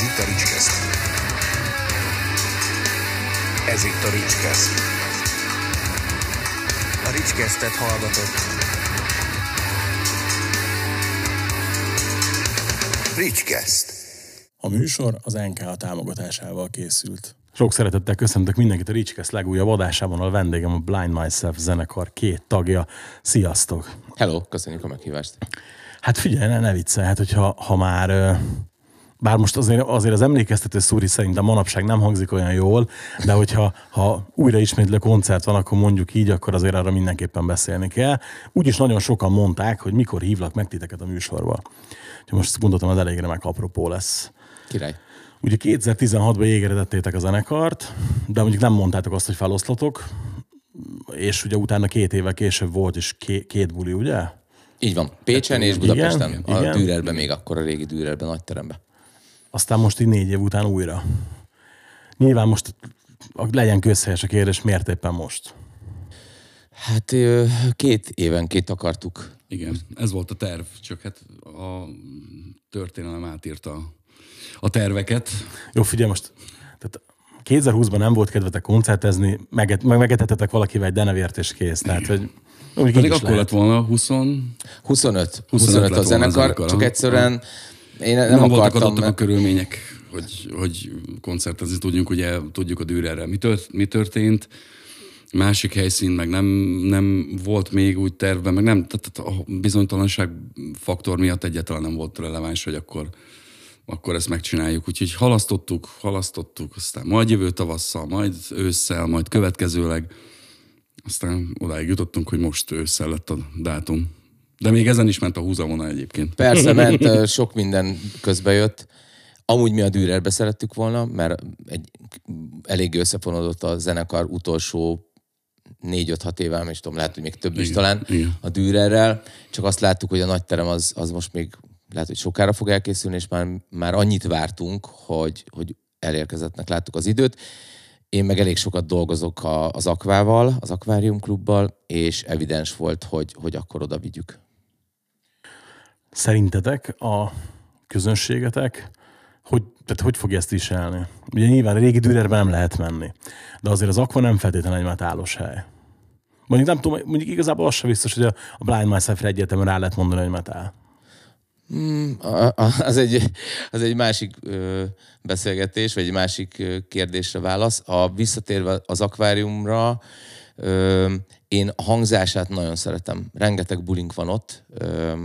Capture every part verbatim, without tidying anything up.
itt a Ricskeszt. Ez itt a Ricskeszt. A Ricskesztet hallgatott. Ricskeszt. A műsor az en ká á támogatásával készült. Sok szeretettel köszöntök mindenkit a Ricskeszt legújabb adásában, a vendégem a Blind Myself zenekar két tagja. Sziasztok! Hello, köszönjük a meghívást. Hát figyelj, ne, ne viccelj, hát hogyha ha már... Bár most azért, azért az emlékeztető szúri szerintem manapság nem hangzik olyan jól, de hogyha ha újra ismétlő koncert van, akkor mondjuk így, akkor azért arra mindenképpen beszélni kell. Úgyis nagyon sokan mondták, hogy mikor hívlak meg titeket a műsorba. Most gondoltam, az elég remek apropó lesz. Király. Ugye kétezer-tizenhatban jégeredettétek a zenekart, de mondjuk nem mondtátok azt, hogy feloszlatok, és ugye utána két évvel később volt is ké- két buli, ugye? Így van. Pécsen és Budapesten. Igen, a igen. Dürerben még akkor, a régi Dürerben, nagy teremben. Aztán most így négy év után újra. Nyilván most legyen közhelyes a kérdés, miért éppen most? Hát két évenként akartuk. Igen, ez volt a terv, csak hát a történelem átírta a terveket. Jó, figyelj most, tehát kétezer-húszban nem volt kedvetek koncertezni, meget, meg megetetetek valakivel egy denevért és kész. Tehát, hogy Pedig akkor lehet. Lett volna húsz... huszonöt. huszonöt a zenekar, zenekar, csak egyszerűen én nem, nem akartam. voltak adottak mert... a körülmények, hogy, hogy koncertezni tudjunk, ugye tudjuk a Dürerrel. Mi, tört, mi történt? Másik helyszín, meg nem, nem volt még úgy tervben, meg nem, tehát a bizonytalanság faktor miatt egyáltalán nem volt releváns, hogy akkor, akkor ezt megcsináljuk. Úgyhogy halasztottuk, halasztottuk, aztán majd jövő tavasszal, majd ősszel, majd következőleg. Aztán odáig jutottunk, hogy most ősszel lett a dátum. De még ezen is ment a húzavona egyébként. Persze, ment, sok minden közbe jött. Amúgy mi a Dürerbe szerettük volna, mert egy, eléggé összefonódott a zenekar utolsó négy-öt-hat évvel, és tudom, lehet, hogy még több igen, is talán igen. a Dürerrel. Csak azt láttuk, hogy a nagy terem az, az most még lehet, hogy sokára fog elkészülni, és már, már annyit vártunk, hogy, hogy elérkezettnek láttuk az időt. Én meg elég sokat dolgozok a, az Akvával, az Akvárium Klubbal, és evidens volt, hogy, hogy akkor oda vigyük. Szerintetek a közönségetek hogy, tehát hogy fogja ezt viselni? Ugye nyilván a régi Dürerben nem lehet menni, de azért az Aqua nem feltétlenül egy metálos hely. Mondjuk nem tudom, mondjuk igazából az sem biztos, hogy a Blind Myself-re egyértelműen rá lehet mondani, hogy metál. Mm, az, egy, az egy másik ö, beszélgetés, vagy egy másik ö, kérdésre válasz. A visszatérve az akváriumra, ö, én a hangzását nagyon szeretem. Rengeteg bulink van ott, ö,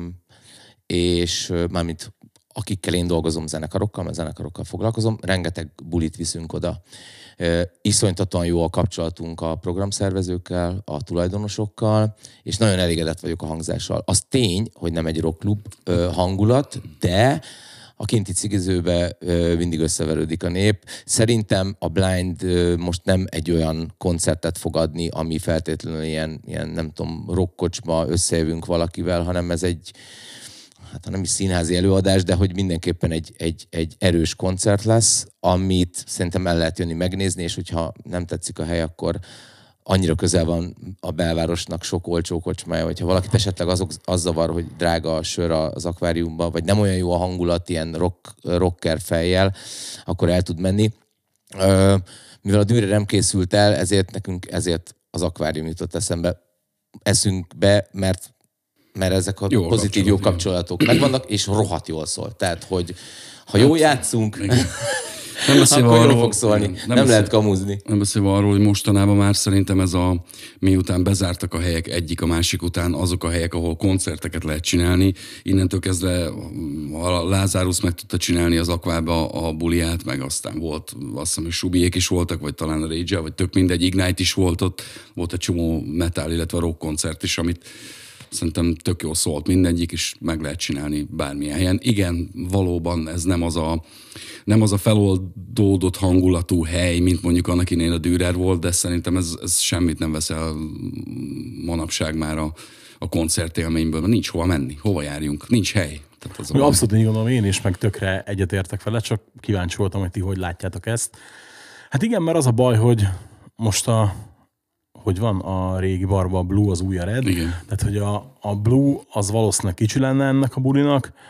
és ö, mármint akikkel én dolgozom zenekarokkal, mert zenekarokkal foglalkozom, rengeteg bulit viszünk oda. Ö, iszonytatóan jó a kapcsolatunk a programszervezőkkel, a tulajdonosokkal, és nagyon elégedett vagyok a hangzással. Az tény, hogy nem egy rockklub ö, hangulat, de a kinti cigizőbe ö, mindig összeverődik a nép. Szerintem a Blind ö, most nem egy olyan koncertet fog adni, ami feltétlenül ilyen, ilyen nem tudom, rockkocsma, összejövünk valakivel, hanem ez egy hát nem is színházi előadás, de hogy mindenképpen egy, egy, egy erős koncert lesz, amit szerintem el lehet jönni megnézni, és hogyha nem tetszik a hely, akkor annyira közel van a belvárosnak sok olcsó kocsmája, hogyha valakit esetleg azok, az zavar, hogy drága a sör az akváriumban, vagy nem olyan jó a hangulat ilyen rock, rocker fejjel, akkor el tud menni. Mivel a Dürer nem készült el, ezért nekünk ezért az akvárium jutott eszembe. Eszünk be, mert mert ezek a jó pozitív jó kapcsolatok megvannak, és rohadt jól szól. Tehát, hogy ha jól játszunk, nem akkor arról, jól fog szólni. Nem, nem beszél, lehet kamuzni. Nem beszélve arról, hogy mostanában már szerintem ez a, miután bezártak a helyek egyik a másik után, azok a helyek, ahol koncerteket lehet csinálni. Innentől kezdve a Lázárusz meg tudta csinálni az Akvába a buliát, meg aztán volt, azt hiszem, hogy Subiék is voltak, vagy talán a Rage, vagy tök mindegy, Ignite is volt ott, volt egy csomó metal, illetve rock koncert is, amit szerintem tök jól szólt mindegyik, és meg lehet csinálni bármilyen helyen. Igen, valóban ez nem az a, nem az a feloldódott hangulatú hely, mint mondjuk annak idején a Dürer volt, de szerintem ez, ez semmit nem vesz el manapság már a, a koncertélményből. Nincs hova menni, hova járjunk, nincs hely. Tehát az abszolút így gondolom én is, meg tökre egyetértek vele, csak kíváncsi voltam, hogy ti hogy látjátok ezt. Hát igen, mert az a baj, hogy most a hogy van a régi barba, a Blue az új a Red. Igen. Tehát, hogy a, a Blue az valószínűleg kicsi lenne ennek a bulinak,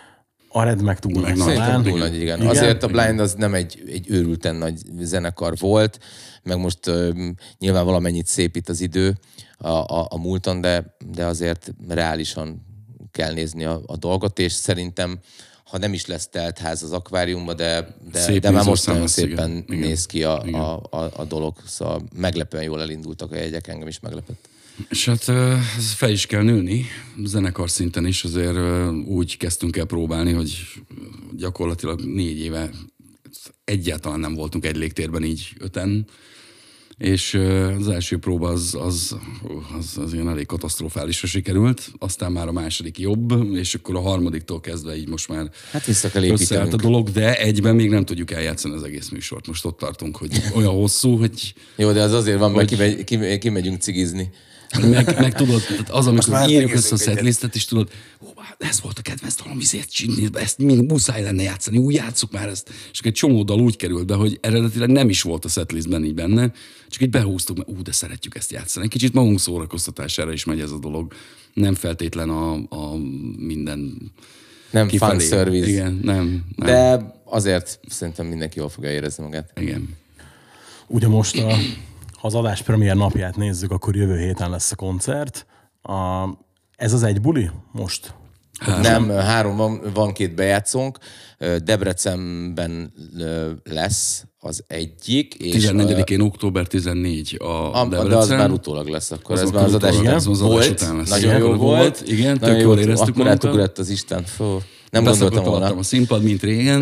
A Red meg túl Meg nagy. Szerintem túl igen. nagy, igen. igen. Azért a Blind az nem egy, egy őrülten nagy zenekar volt, meg most uh, nyilván valamennyit szépít az idő a, a, a múlton, de, de azért reálisan kell nézni a, a dolgot, és szerintem ha nem is lesz telt ház az akváriumban, de, de, de már most nagyon lesz, szépen igen. néz ki a, Igen. a, a, a dolog. Szóval meglepően jól elindultak a jegyek, engem is meglepett. És hát ez fel is kell nőni, zenekar szinten is, azért úgy kezdtünk el próbálni, hogy gyakorlatilag négy éve egyáltalán nem voltunk egy légtérben így öten, és az első próba az, az, az, az ilyen elég katasztrofálisra sikerült, aztán már a második jobb, és akkor a harmadiktól kezdve így most már Hát vissza kell összeállt a építenünk. dolog, de egyben még nem tudjuk eljátszani az egész műsort. Most ott tartunk, hogy olyan hosszú, hogy Jó, de az azért van, mert kimegy, kimegy, kimegyünk cigizni. meg, meg tudod, tehát az, amikor már írjuk elkezdünk össze a egyet. setlistet, és tudod, ó, ez volt a kedvenc dalom, ezért csinálni, ezt még muszáj lenne játszani, úgy játsszuk már ezt. És egy csomó dal úgy került be, hogy eredetileg nem is volt a setlistben így benne, csak így behúztuk, mert ú, de szeretjük ezt játszani. Egy kicsit magunk szórakoztatására is megy ez a dolog. Nem feltétlen a, a minden Nem kifelé. fan service. Igen, nem, nem. De azért szerintem mindenki jól fogja érezni magát. Igen. Ugye most, a, ha az adás premier napját nézzük, akkor jövő héten lesz a koncert. A, ez az egy buli most? Három. Nem, három van, van két bejátszónk. Debrecenben lesz az egyik. És tizennegyedikén október tizennégy a, a, Debrecen. De az már utólag lesz, akkor Az ez akkor már az adás utólag után lesz, az adás volt. után lesz. Nagyon Igen, jó akkor volt. volt, igen, tök Nagyon jól jó, éreztük akkor magunkat. átugrott az Isten. Fú, nem gondoltam volna. a színpad, mint régen.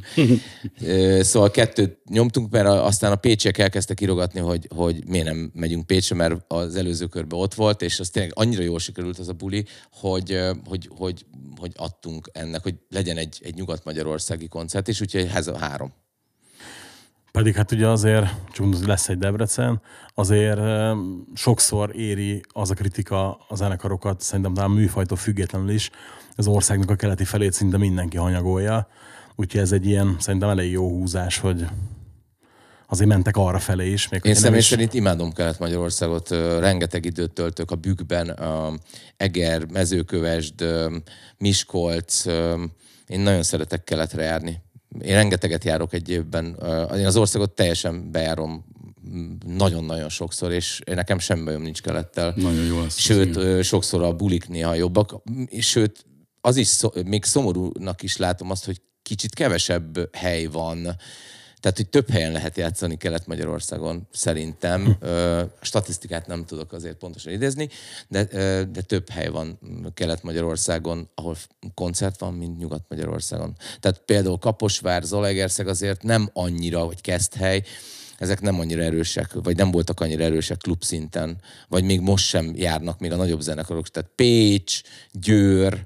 Szóval kettőt nyomtunk, mert aztán a pécsiek elkezdtek írogatni, hogy, hogy miért nem megyünk Pécsre, mert az előző körben ott volt, és az tényleg annyira jól sikerült az a buli, hogy, hogy, hogy, hogy adtunk ennek, hogy legyen egy, egy nyugat-magyarországi koncert, és úgyhogy ez a három. Pedig hát ugye azért, csak lesz egy Debrecen, azért sokszor éri az a kritika a zenekarokat, szerintem talán műfajtól függetlenül is, az országnak a keleti felét szinte mindenki hanyagolja. Úgyhogy ez egy ilyen, szerintem elég jó húzás, hogy azért mentek arra felé is. Még Én személy is... szerint imádom Kelet-Magyarországot, rengeteg időt töltök a Bükkben, Eger, Mezőkövesd, Miskolc, én nagyon szeretek keletre járni. Én rengeteget járok egy évben. Én az országot teljesen bejárom nagyon-nagyon sokszor, és nekem semmi bajom nincs kelettel. Nagyon jó lesz. Sőt, sokszor a bulik néha jobbak. Sőt, az is szó, még szomorúnak is látom azt, hogy kicsit kevesebb hely van. Tehát, hogy több helyen lehet játszani Kelet-Magyarországon, szerintem. Ö, statisztikát nem tudok azért pontosan idézni, de, ö, de több hely van Kelet-Magyarországon, ahol koncert van, mint Nyugat-Magyarországon. Tehát például Kaposvár, Zalaegerszeg azért nem annyira, vagy Keszthely, ezek nem annyira erősek, vagy nem voltak annyira erősek klubszinten, vagy még most sem járnak még a nagyobb zenekarok. Tehát Pécs, Győr,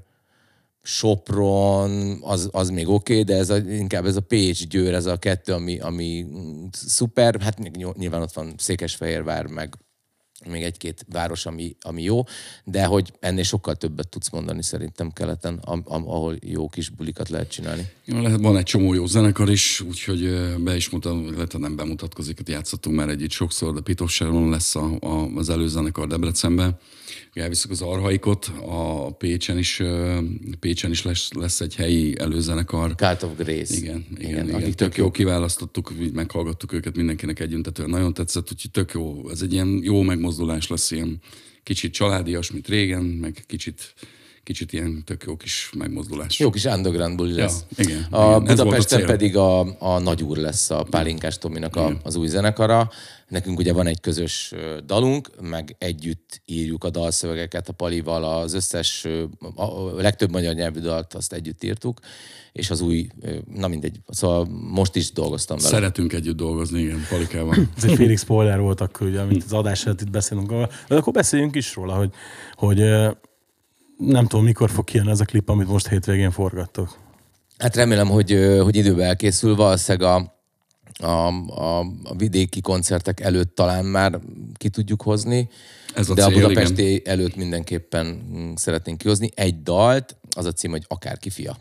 Sopron, az, az még oké, okay, de ez a, inkább ez a Pécs, Győr, ez a kettő, ami, ami szuper. Hát nyilván ott van Székesfehérvár, meg még egy-két város, ami, ami jó, de hogy ennél sokkal többet tudsz mondani szerintem keleten, ahol jó kis bulikat lehet csinálni. Ja, lehet, van egy csomó jó zenekar is, úgyhogy be is mutat, lehet, nem bemutatkozik, hogy játszottunk már együtt sokszor, de Pitossáron lesz a, a, az előzenekar Debrecenben. Elviszük az Arhaikot, a Pécsen is, Pécsen is lesz, lesz egy helyi előzenekar. Cult of Grace. Igen, igen, igen, igen. Tök, tök jó kiválasztottuk, meghallgattuk őket mindenkinek együntetően. Nagyon tetszett, úgyhogy tök jó. Ez egy ilyen jó megmozdulás lesz, ilyen kicsit családias, mint régen, meg kicsit, kicsit ilyen tök jó kis megmozdulás. Jó kis underground buli lesz. Ja, igen, a igen. Budapesten a pedig a, a Nagyúr lesz a Pálinkás Tominak a, az új zenekara. Nekünk ugye van egy közös dalunk, meg együtt írjuk a dalszövegeket a Palival, az összes, a legtöbb magyar nyelvű dalt azt együtt írtuk, és az új, na mindegy, szóval most is dolgoztam vele. Szeretünk együtt dolgozni, igen, Palikával. Ez egy félig spoiler volt akkor, ugye, amit az adás előtt itt beszélünk róla. De akkor beszéljünk is róla, hogy, hogy nem tudom, mikor fog kijönni ez a klip, amit most hétvégén forgattok. Hát remélem, hogy, hogy időben elkészül, valószínűleg a A, a, a vidéki koncertek előtt talán már ki tudjuk hozni, Ez a de cél, a budapesti igen. előtt mindenképpen szeretnénk kihozni. Egy dalt, az a cím, hogy Akárki fia.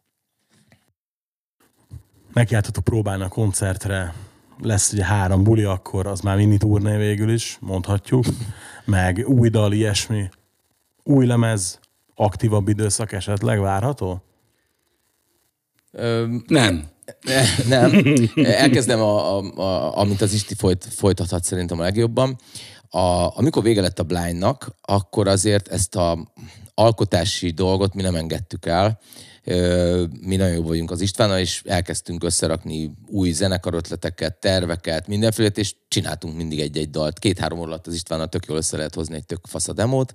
Megjártatok próbálni a koncertre, lesz ugye három buli, akkor az már mini turné végül is, mondhatjuk, meg új dal, ilyesmi, új lemez, aktívabb időszak esetleg várható? Nem. Nem. Elkezdem, a, a, a, amit az Isti folyt, folytathat szerintem a legjobban. A, amikor vége lett a Blindnak, akkor azért ezt a alkotási dolgot mi nem engedtük el. Mi nagyon jó vagyunk az Istvánnal, és elkezdtünk összerakni új zenekarötleteket, terveket, mindenfélét, és csináltunk mindig egy-egy dalt. Két-három óra alatt az Istvánnal tök jól össze lehet hozni egy tök fasz a demót,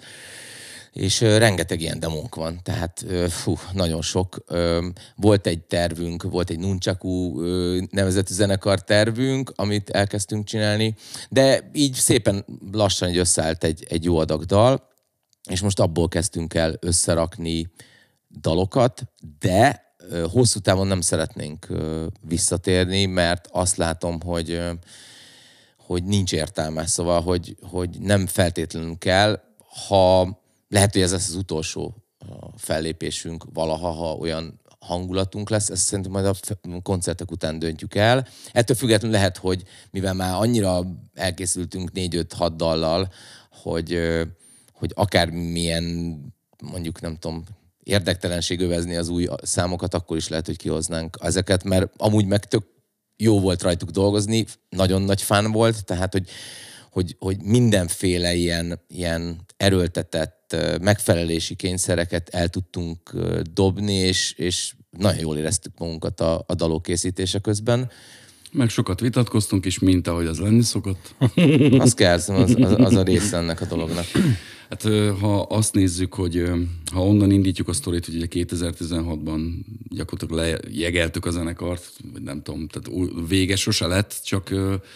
és rengeteg ilyen demónk van, tehát fú, nagyon sok. Volt egy tervünk, volt egy Nunchaku nevezetű zenekar tervünk, amit elkezdtünk csinálni, de így szépen lassan így összeállt egy, egy jó adag dal, és most abból kezdtünk el összerakni dalokat, de hosszú távon nem szeretnénk visszatérni, mert azt látom, hogy, hogy nincs értelme, szóval, hogy, hogy nem feltétlenül kell, ha lehet, hogy ez lesz az utolsó fellépésünk valaha, ha olyan hangulatunk lesz, ezt szerintem majd a koncertek után döntjük el. Ettől függetlenül lehet, hogy mivel már annyira elkészültünk négy-öt-hat dallal, hogy, hogy akármilyen, mondjuk nem tudom, érdektelenség övezni az új számokat, akkor is lehet, hogy kihoznánk ezeket, mert amúgy meg tök jó volt rajtuk dolgozni, nagyon nagy fán volt, tehát, hogy, hogy, hogy mindenféle ilyen, ilyen erőltetett megfelelési kényszereket el tudtunk dobni, és, és nagyon jól éreztük magunkat a, a dalok készítése közben. Meg sokat vitatkoztunk is, mint ahogy az lenni szokott. Az kell, az, az, az a része ennek a dolognak. Hát ha azt nézzük, hogy ha onnan indítjuk a sztorit, hogy ugye kétezer-tizenhatban gyakorlatilag lejegeltük a zenekart, vagy nem tudom, tehát vége sose lett, csak,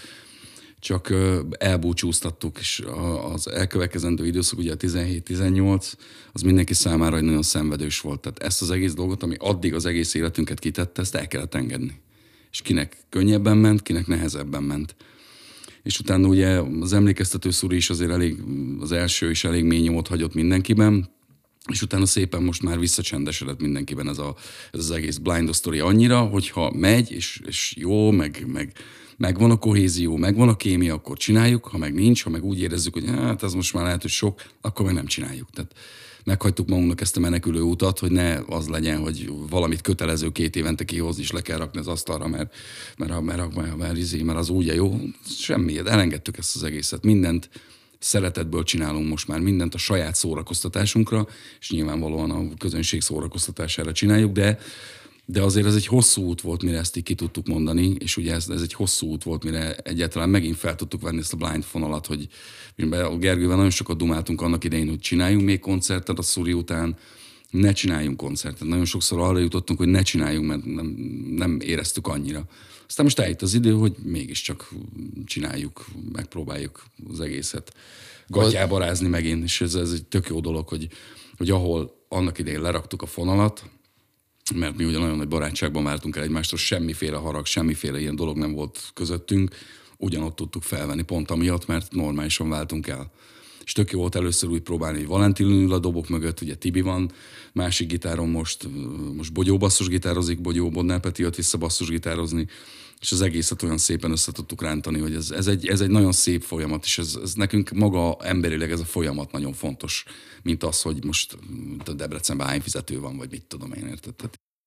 csak elbúcsúztattuk, és az elkövetkezendő időszak, ugye a tizenhét-tizennyolc, az mindenki számára egy nagyon szenvedős volt. Tehát ezt az egész dolgot, ami addig az egész életünket kitette, ezt el kellett engedni. És kinek könnyebben ment, kinek nehezebben ment. És utána ugye az emlékeztető szuri is azért elég, az első is elég mély nyomot hagyott mindenkiben, és utána szépen most már visszacsendesedett mindenkiben ez, a, ez az egész Blind Story annyira, hogyha megy, és, és jó, meg, meg, megvan a kohézió, megvan a kémia, akkor csináljuk, ha meg nincs, ha meg úgy érezzük, hogy hát ez most már lehet, hogy sok, akkor meg nem csináljuk. Tehát meghagytuk magunknak ezt a menekülő utat, hogy ne az legyen, hogy valamit kötelező két évente kihozni, és le kell rakni az asztalra, mert, mert, mert, mert, mert, mert az úgy jó. Semmi, elengedtük ezt az egészet. Mindent szeretetből csinálunk most már, mindent a saját szórakoztatásunkra, és nyilvánvalóan a közönség szórakoztatására csináljuk, de De azért ez egy hosszú út volt, mire ezt így ki tudtuk mondani, és ugye ez, ez egy hosszú út volt, mire egyáltalán megint fel tudtuk venni ezt a blind fonalat, hogy a Gergővel nagyon sokat dumáltunk annak idején, hogy csináljunk még koncertet a szuri után, ne csináljunk koncertet. Nagyon sokszor arra jutottunk, hogy ne csináljunk, mert nem, nem éreztük annyira. Aztán most eljött az idő, hogy mégiscsak csináljuk, megpróbáljuk az egészet gatyába rázni megint, és ez, ez egy tök jó dolog, hogy, hogy ahol annak idején leraktuk a fonalat, mert mi ugye nagyon nagy barátságban vártunk el egymástól, semmiféle harag, semmiféle ilyen dolog nem volt közöttünk, ugyanott tudtuk felvenni pont amiatt, mert normálisan váltunk el. És tök jó volt először úgy próbálni, hogy Valentin ül a dobok mögött, ugye Tibi van, másik gitáron most, most Bogyó basszusgitározik, Bogyó Bodnár Peti jött vissza basszusgitározni, és az egészet olyan szépen össze tudtuk rántani, hogy ez, ez, egy, ez egy nagyon szép folyamat, és ez, ez nekünk maga emberileg ez a folyamat nagyon fontos, mint az, hogy most a Debrecenben hány fizető van, vagy mit tudom én, érted?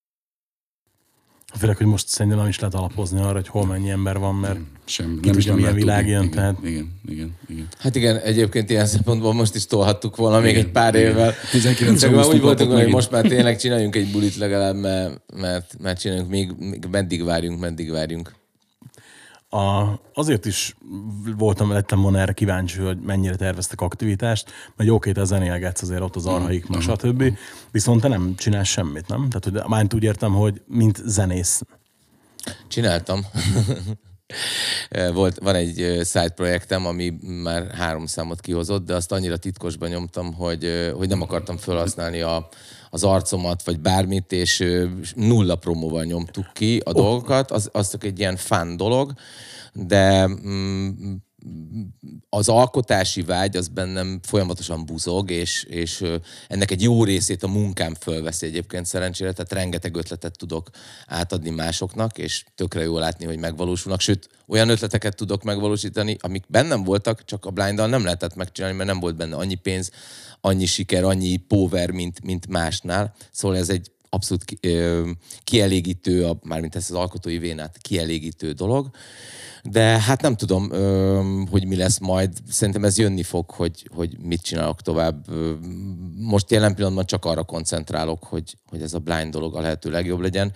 Főleg, hogy most szerintem nem is lehet alapozni arra, hogy hol mennyi ember van, mert sem, nem is nem milyen világ jön. Igen, tehát... igen, igen, igen. Hát igen, egyébként ilyen szempontból most is tolhattuk volna még egy pár igen. évvel. tizenkilenc Csak már úgy voltunk, hogy megint. most már tényleg csináljunk egy bulit legalább, mert, mert, mert csináljunk, még, még meddig várjunk, meddig várjunk. A, azért is voltam, lettem volna erre kíváncsi, hogy mennyire terveztek aktivitást, mert oké, te zenélgetsz azért ott az Arhaik, meg stb. Viszont te nem csinálsz semmit, nem? Tehát, hogy már úgy értem, hogy mint zenész. Csináltam. Volt, van egy side projektem, ami már három számot kihozott, de azt annyira titkosban nyomtam, hogy, hogy nem akartam felhasználni a, az arcomat, vagy bármit, és nulla promóval nyomtuk ki a oh. dolgokat. Az, az csak egy ilyen fun dolog, de mm, az alkotási vágy az bennem folyamatosan buzog, és, és ennek egy jó részét a munkám fölveszi egyébként szerencsére, tehát rengeteg ötletet tudok átadni másoknak, és tökre jó látni, hogy megvalósulnak. Sőt, olyan ötleteket tudok megvalósítani, amik bennem voltak, csak a Blinddal nem lehetett megcsinálni, mert nem volt benne annyi pénz, annyi siker, annyi power, mint, mint másnál. Szóval ez egy abszolút ki, ö, kielégítő, a, mármint ezt az alkotói vénát kielégítő dolog. De hát nem tudom, ö, hogy mi lesz majd. Szerintem ez jönni fog, hogy, hogy mit csinálok tovább. Most jelen pillanatban csak arra koncentrálok, hogy, hogy ez a blind dolog a lehető legjobb legyen.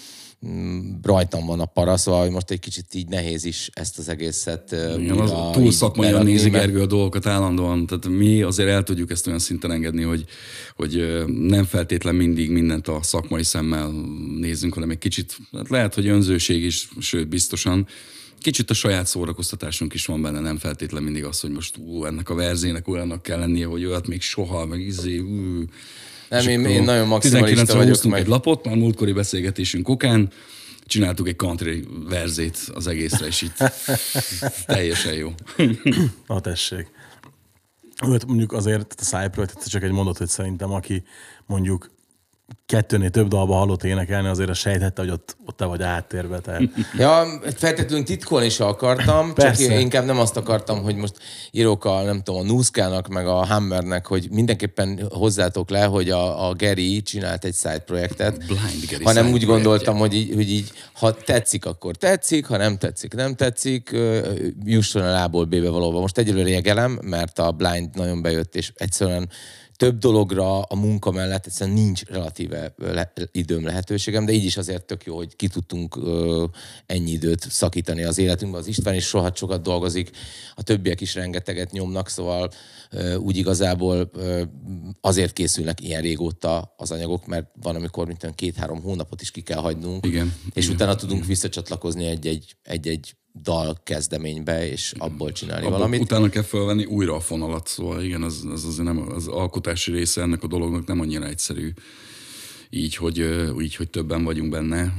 Rajtam van a para, szóval most egy kicsit így nehéz is ezt az egészet. Igen, az túl szakmaian nézi Gergő a dolgokat állandóan. Tehát mi azért el tudjuk ezt olyan szinten engedni, hogy, hogy nem feltétlen mindig mindent a szakmai szemmel nézzünk, hanem egy kicsit, hát lehet, hogy önzőség is, sőt biztosan, kicsit a saját szórakoztatásunk is van benne, nem feltétlen mindig az, hogy most ú, ennek a verzének olyannak kell lennie, hogy olyat még soha, meg izé, ú. Nem, én, én nagyon maximalista vagyok. Húztunk meg egy lapot, már múltkori beszélgetésünk okán, csináltuk egy country verzét az egészre, és itt teljesen jó. Na tessék. Mondjuk azért a Cypress csak egy mondat, hogy szerintem aki mondjuk kettőnél több dalba hallott énekelni, azért a sejthette, hogy ott, ott te vagy áttérve. Tehát... Ja, feltétlenül titkolni is akartam, Persze. csak inkább nem azt akartam, hogy most írok a, nem tudom, a Nuszkának, meg a Hammernek, hogy mindenképpen hozzátok le, hogy a, a Geri csinált egy side projektet, Blind Geri hanem side úgy gondoltam, hogy így, hogy így, ha tetszik, akkor tetszik, ha nem tetszik, nem tetszik, jusson el A-ból B-be valóban. Most egyelőre jegelem, mert a Blind nagyon bejött, és egyszerűen több dologra a munka mellett egyszerűen nincs relatíve le, időm, lehetőségem, de így is azért tök jó, hogy ki tudtunk ö, ennyi időt szakítani az életünkben. Az István is rohadt sokat dolgozik, a többiek is rengeteget nyomnak, szóval ö, úgy igazából ö, azért készülnek ilyen régóta az anyagok, mert van, amikor mint két-három hónapot is ki kell hagynunk, igen, és igen, utána tudunk igen. visszacsatlakozni egy-egy, egy-egy dal kezdeménybe, és abból csinálni Abba valamit. Utána kell felvenni újra a fonalat, szóval igen, az, az azért nem, az alkotási része ennek a dolognak nem annyira egyszerű. Így, hogy, így, hogy többen vagyunk benne,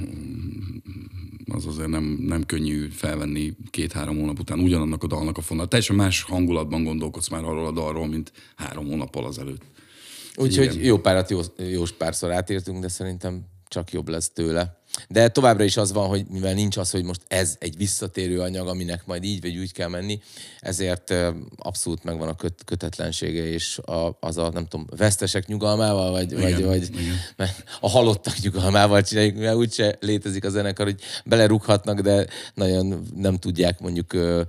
az azért nem, nem könnyű felvenni két-három hónap után ugyanannak a dalnak a fonalat. Teljesen más hangulatban gondolkodsz már arról a dalról, mint három hónappal azelőtt. Úgyhogy jó párat, jó, jó párszor átértünk, de szerintem csak jobb lesz tőle. De továbbra is az van, hogy mivel nincs az, hogy most ez egy visszatérő anyag, aminek majd így vagy úgy kell menni, ezért abszolút megvan a köt- kötetlensége, és a, az a, nem tudom, vesztesek nyugalmával, vagy, igen, vagy, vagy igen. a halottak nyugalmával csináljuk, mert úgyse létezik a zenekar, hogy belerúghatnak, de nagyon nem tudják mondjuk ö,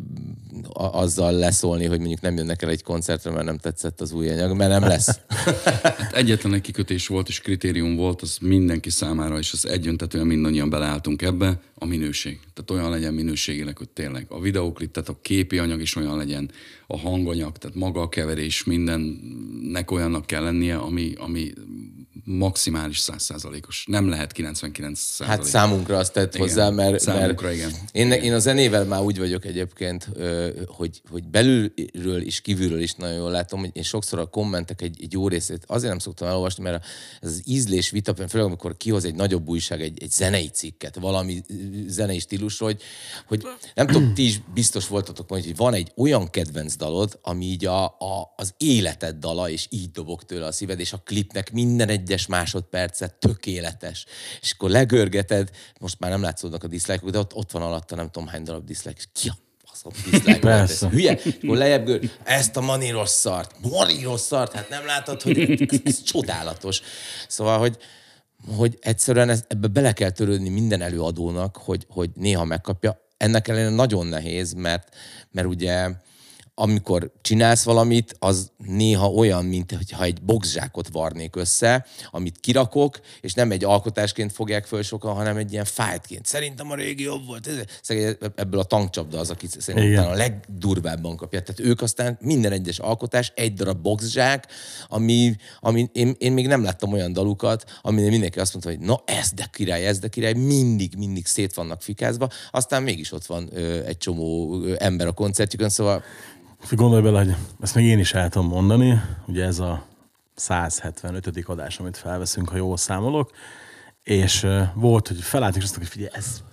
a, azzal leszólni, hogy mondjuk nem jönnek el egy koncertre, mert nem tetszett az új anyag, mert nem lesz. Hát egyetlen egy kikötés volt, és kritérium volt, az mindenki számára, és az egyöntetően mindannyian beleálltunk ebbe, a minőség. Tehát olyan legyen minőségileg, hogy tényleg a videóklip, tehát a képi anyag is olyan legyen, a hanganyag, tehát maga a keverés, mindennek olyannak kell lennie, ami, ami maximális száz százalékos. Nem lehet kilencvenkilenc százalék. Hát számunkra azt tett igen, hozzá, mert, számunkra, mert igen. Én, igen. én a zenével már úgy vagyok egyébként, hogy, hogy belülről és kívülről is nagyon jól látom, hogy én sokszor a kommentek egy, egy jó részét azért nem szoktam elolvasni, mert ez az ízlés vita, főleg amikor kihoz egy nagyobb újság egy, egy zenei cikket, valami zenei stílusról, hogy, hogy nem tudom, ti is biztos voltatok majd, hogy van egy olyan kedvenc dalod, ami így a, a, az életed dala, és így dobog tőle a szíved, és a klipnek minden egyes másodperce tökéletes. És akkor legörgeted, most már nem látszódnak a dislike-ok, de ott, ott van alatta nem tudom hány darab dislike, és ki a faszom dislike volt ez? Hülye? Akkor lejjebb gör, ezt a maníros szart, maníros szart, hát nem látod, hogy ez, ez csodálatos. Szóval, hogy hogy egyszerűen ez, ebbe bele kell törődni minden előadónak, hogy, hogy néha megkapja. Ennek ellenére nagyon nehéz, mert, mert ugye amikor csinálsz valamit, az néha olyan, mint hogyha egy boxzsákot varnék össze, amit kirakok, és nem egy alkotásként fogják föl sokan, hanem egy ilyen fájtként. Szerintem a régi jobb volt. Ebből a tankcsapda az, aki szerintem a legdurvábban kapja. Tehát ők aztán minden egyes alkotás, egy darab boxzsák, ami, ami én, én még nem láttam olyan dalukat, aminél mindenki azt mondta, hogy na ez de király, ez de király, mindig, mindig szét vannak fikázva, aztán mégis ott van ö, egy csomó ö, ember a koncertjükön, szóval Gondolj bele, hogy ezt még én is el tudom mondani, ugye ez a száz hetvenötödik adás, amit felveszünk, ha jól számolok, és uh, volt, hogy felálltuk, és azt mondtuk, hogy figyelj, ez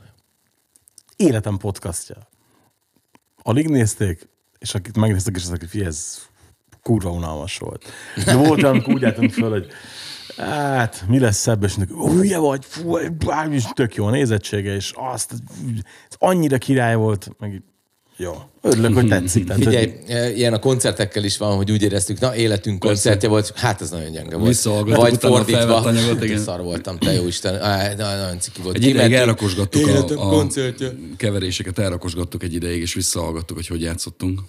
életem podcastja. Alig nézték, és akik megnéztek, és azt mondtuk, hogy figyelj, ez kurva unalmas volt. De volt olyan, amikor úgy álltunk föl, hogy hát, mi lesz ebből, és mondjuk, hülye vagy, fú, és tök jó a nézettsége, és azt, ez annyira király volt, meg Jó. Örülök, hogy tetszik. Tehát, Figyelj, ilyen a koncertekkel is van, hogy úgy éreztük, na életünk koncertje volt, hát ez nagyon gyenge volt. Vagy fordítva, anyagot, szar voltam, te jó Isten, Á, nagyon ciki volt. Egy ideig elrakosgattuk a, a koncertje. keveréseket, elrakosgattuk egy ideig, és visszahallgattuk, hogy hogy játszottunk.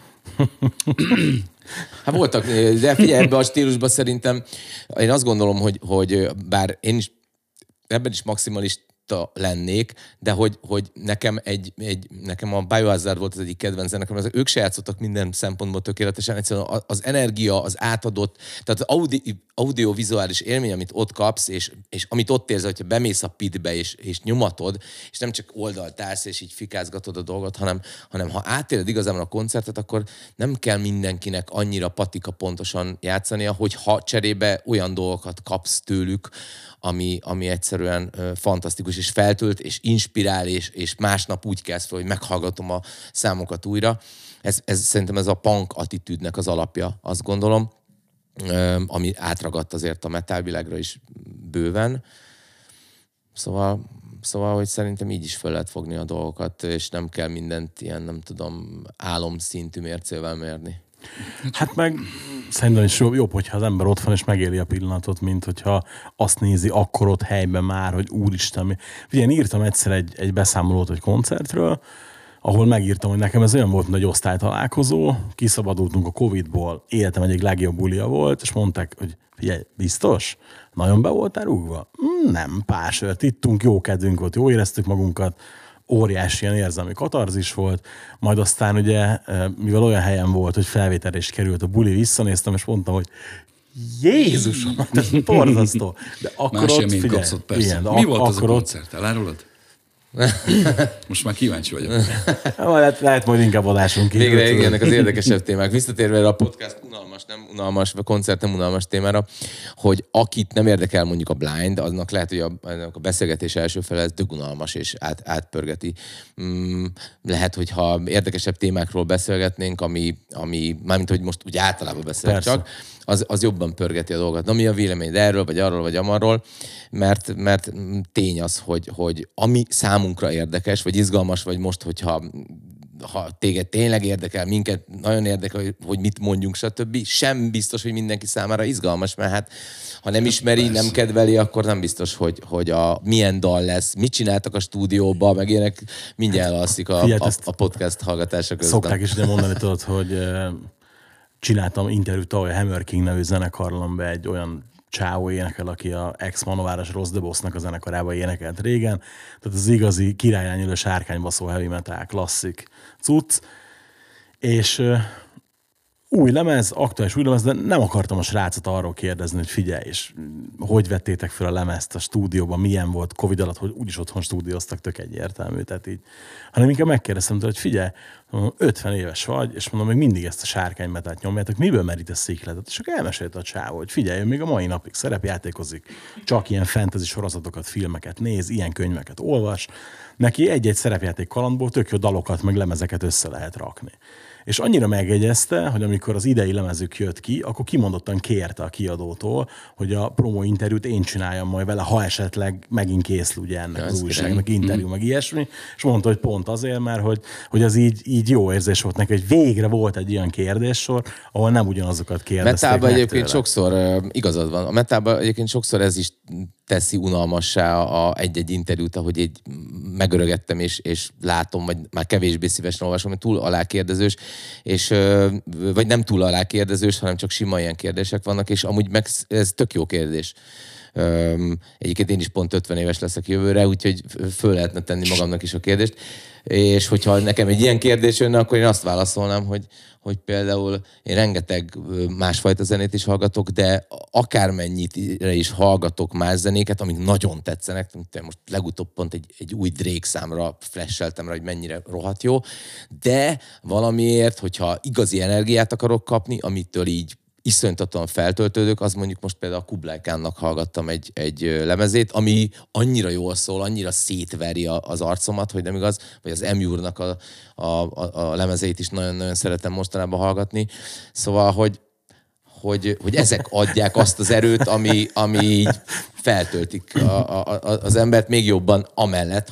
Hát voltak, de figyelj, ebbe a stílusban szerintem, én azt gondolom, hogy, hogy bár én is ebben is maximalista lennék, de hogy, hogy nekem, egy, egy, nekem a Biohazard volt az egyik kedvenc zenekarom, az, ők se játszottak minden szempontból tökéletesen, egyszerűen az energia, az átadott, tehát az audi, audiovizuális élmény, amit ott kapsz, és, és amit ott érzel, hogyha bemész a pitbe, és, és nyomatod, és nem csak oldalt állsz, és így fikázgatod a dolgot, hanem, hanem ha átéled igazából a koncertet, akkor nem kell mindenkinek annyira patika pontosan játszania, hogy ha cserébe olyan dolgokat kapsz tőlük, ami, ami egyszerűen ö, fantasztikus, és feltölt, és inspirál, és, és másnap úgy kezd fel, hogy meghallgatom a számokat újra. Ez, ez szerintem ez a punk attitűdnek az alapja, azt gondolom, ö, ami átragadt azért a metalvilágra is bőven. Szóval, szóval, hogy szerintem így is fel lehet fogni a dolgokat, és nem kell mindent ilyen, nem tudom, álomszintű mércével mérni. Hát meg szerintem is jobb, hogyha az ember ott van és megéli a pillanatot, mint hogyha azt nézi akkor ott helyben már, hogy úristen. Ugye én írtam egyszer egy, egy beszámolót egy koncertről, ahol megírtam, hogy nekem ez olyan volt, mint egy osztálytalálkozó, kiszabadultunk a Covidból, életem egyik legjobb bulia volt, és mondták, hogy figyelj, biztos? Nagyon be voltál rúgva? Nem, pár sört ittunk, jó kedvünk volt, jó éreztük magunkat, óriási ilyen érzelmi katarzis volt, majd aztán ugye, mivel olyan helyen volt, hogy felvételre is került a buli, visszanéztem, és mondtam, hogy Jézusom, ez borzasztó. De akkor más ott, élményt figyelj, kapszott, persze. Igen, Mi volt az a ott... koncert? Elárulod? Most már kíváncsi vagyok. lehet, lehet majd inkább adásunk ki. Végre igen, ennek az érdekesebb témák. Visszatérve a podcast unalmas, nem unalmas, vagy koncert nem unalmas témára, hogy akit nem érdekel mondjuk a blind, aznak lehet, hogy a, a beszélgetés első fele ez dög unalmas és át, átpörgeti. Mm, lehet, hogyha érdekesebb témákról beszélgetnénk, ami, ami mármint, hogy most úgy általában beszélek csak, az, az jobban pörgeti a dolgot. Na, mi a véleményed erről, vagy arról, vagy amarról, mert, mert tény az, hogy, hogy ami számunkra érdekes, vagy izgalmas, vagy most, hogyha ha téged tényleg érdekel, minket nagyon érdekel, hogy, hogy mit mondjunk, stb. Sem biztos, hogy mindenki számára izgalmas, mert hát ha nem ismeri, persze, nem kedveli, akkor nem biztos, hogy, hogy a milyen dal lesz, mit csináltak a stúdióba, meg ilyenek mindjárt elalszik a, a, a podcast hallgatása közben. Szokták is ugye mondani, tudod, hogy csináltam interjút tavaly a Hammer King nevű zenekarlambe egy olyan csávó énekel, aki a ex-manováros Rossz the Bossnak a zenekarában énekelt régen. Tehát az igazi királylányülő sárkánybaszó heavy metal klasszik cucc. És uh, új lemez, aktuális új lemez, de nem akartam a srácot arról kérdezni, hogy figyelj, és hogy vettétek fel a lemezt a stúdióban, milyen volt Covid alatt, hogy úgyis otthon stúdióztak, tök egyértelmű, tehát így. Hanem inkább megkérdeztem tőle, hogy figyelj, mondom, ötven éves vagy, és mondom, még mindig ezt a sárkánymetát nyomjátok, miből merítesz szikletet? És akkor elmesélte a csávó, hogy figyelj, még a mai napig szerepjátékozik, csak ilyen fantasy sorozatokat, filmeket néz, ilyen könyveket olvas, neki egy-egy szerepjáték kalandból tök jó dalokat, meg lemezeket össze lehet rakni. És annyira megjegyezte, hogy amikor az idei lemezük jött ki, akkor kimondottan kérte a kiadótól, hogy a promo interjút én csináljam majd vele, ha esetleg megint készül ugye ennek ja, az újságnak interjú, mm. meg ilyesmi. És mondta, hogy pont azért, mert hogy, hogy az így, így jó érzés volt neki, hogy végre volt egy ilyen kérdéssor, ahol nem ugyanazokat kérdezték. Metában egyébként tőle. Sokszor uh, igazad van. A metában egyébként sokszor ez is teszi unalmassá a egy-egy interjút, ahogy így megörögettem, és, és látom, vagy már kevésbé szívesen olvasom, hogy túl alákérdezős, és, vagy nem túl alákérdezős, hanem csak sima ilyen kérdések vannak, és amúgy meg ez tök jó kérdés. Egyébként én is pont ötven éves leszek jövőre, úgyhogy föl lehetne tenni magamnak is a kérdést. És hogyha nekem egy ilyen kérdés jönne, akkor én azt válaszolnám, hogy, hogy például én rengeteg másfajta zenét is hallgatok, de akármennyit is hallgatok más zenéket, amik nagyon tetszenek. Most legutóbb pont egy, egy új Drake számra flasheltem rá, hogy mennyire rohadt jó, de valamiért, hogyha igazi energiát akarok kapni, amitől így iszonytatóan feltöltődök, az mondjuk most például a Kublai Kánnak hallgattam egy, egy lemezét, ami annyira jól szól, annyira szétveri az arcomat, hogy nem igaz, vagy az Emjúrnak a, a, a, a lemezeit is nagyon-nagyon szeretem mostanában hallgatni. Szóval, hogy, hogy, hogy ezek adják azt az erőt, ami, ami így feltöltik a, a, a, az embert még jobban amellett, hogy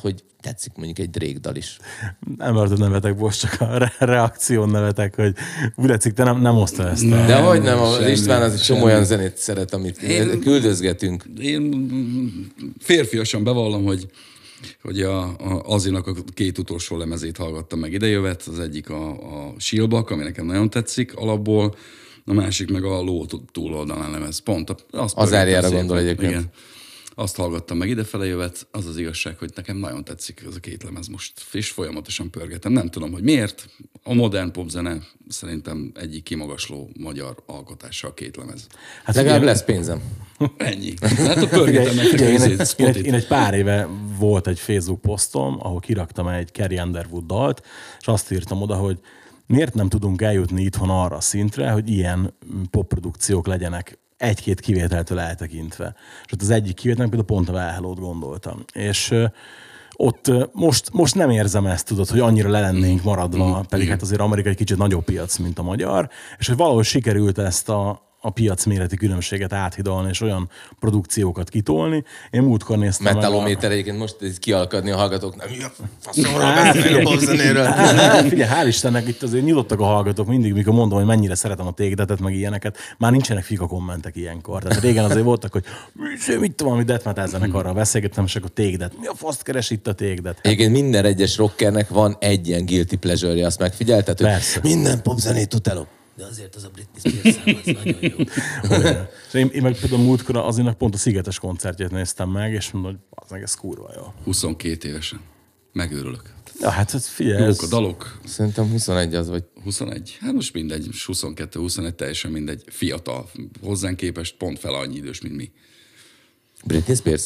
tetszik mondjuk egy Drake dal is. Nem mert nevetek, most csak a re- reakción nevetek, hogy úgy látszik, te nem, nem osztál ezt. Nem, De hogy nem, az semmi, István az egy csomó olyan zenét szeret, amit Én- küldözgetünk. Én férfiasan bevallom, hogy hogy a, a, Azinak a két utolsó lemezét hallgattam meg idejövet, az egyik a, a Silbak, ami nekem nagyon tetszik alapból, a másik meg a Ló túloldalán lemez. Pont. Azt Az Áriára szépen. gondol egyébként. Igen. Azt hallgattam meg idefele jövet, az az igazság, hogy nekem nagyon tetszik ez a két lemez most, és folyamatosan pörgetem. Nem tudom, hogy miért. A modern popzene szerintem egyik kimagasló magyar alkotása a két lemez. Hát legalább lesz pénzem. Ennyi. Hát a pörgetem meg Ugye, én, a egy, én, egy, spotit. én egy pár éve volt egy Facebook posztom, ahol kiraktam egy Carrie Underwood dalt, és azt írtam oda, hogy miért nem tudunk eljutni itthon arra a szintre, hogy ilyen popprodukciók legyenek egy-két kivételtől eltekintve. És ott az egyik kivételnek például pont a Well Hello-t gondoltam. És ö, ott ö, most, most nem érzem ezt, tudod, hogy annyira le lennénk maradva, mm, pedig hát azért Amerika egy kicsit nagyobb piac, mint a magyar, és hogy valahogy sikerült ezt a a piacméreti különbséget áthidalni, és olyan produkciókat kitolni. Én múltkor néztem Metalométer a... egyébként most ez kialakadni a hallgatók. Nem, mi a faszomról beszélnek a popzenéről. Figyelj, hál' Istennek itt azért nyitottak a hallgatók mindig, mikor mondom, hogy mennyire szeretem a tégdetet, meg ilyeneket. Már nincsenek fika kommentek ilyenkor. Tehát régen azért voltak, hogy mit tudom, hogy death metal zenekarral beszélgettem, és akkor tégdet. Mi a faszt keres itt a tégdet? Egyébként minden egyes rockernek van egy ilyen guilty pleasure-je, azt megfigyelted, hogy Persze. minden popzenét utálok. De azért az a Britney Spears szám, az nagyon jó. És én, én meg például múltkor azért pont a Szigetes koncertjét néztem meg, és mondom, hogy az meg ez kurva jó. huszonkettő évesen. Megőrülök. Ja, hát ez figyelj, Jók ez... a dalok. Szerintem huszonegy az, vagy huszonegy? Hát most mindegy, huszonkettő huszonegy, teljesen mindegy. Fiatal. Hozzánk képest pont fel annyi idős, mint mi. Britney Spears?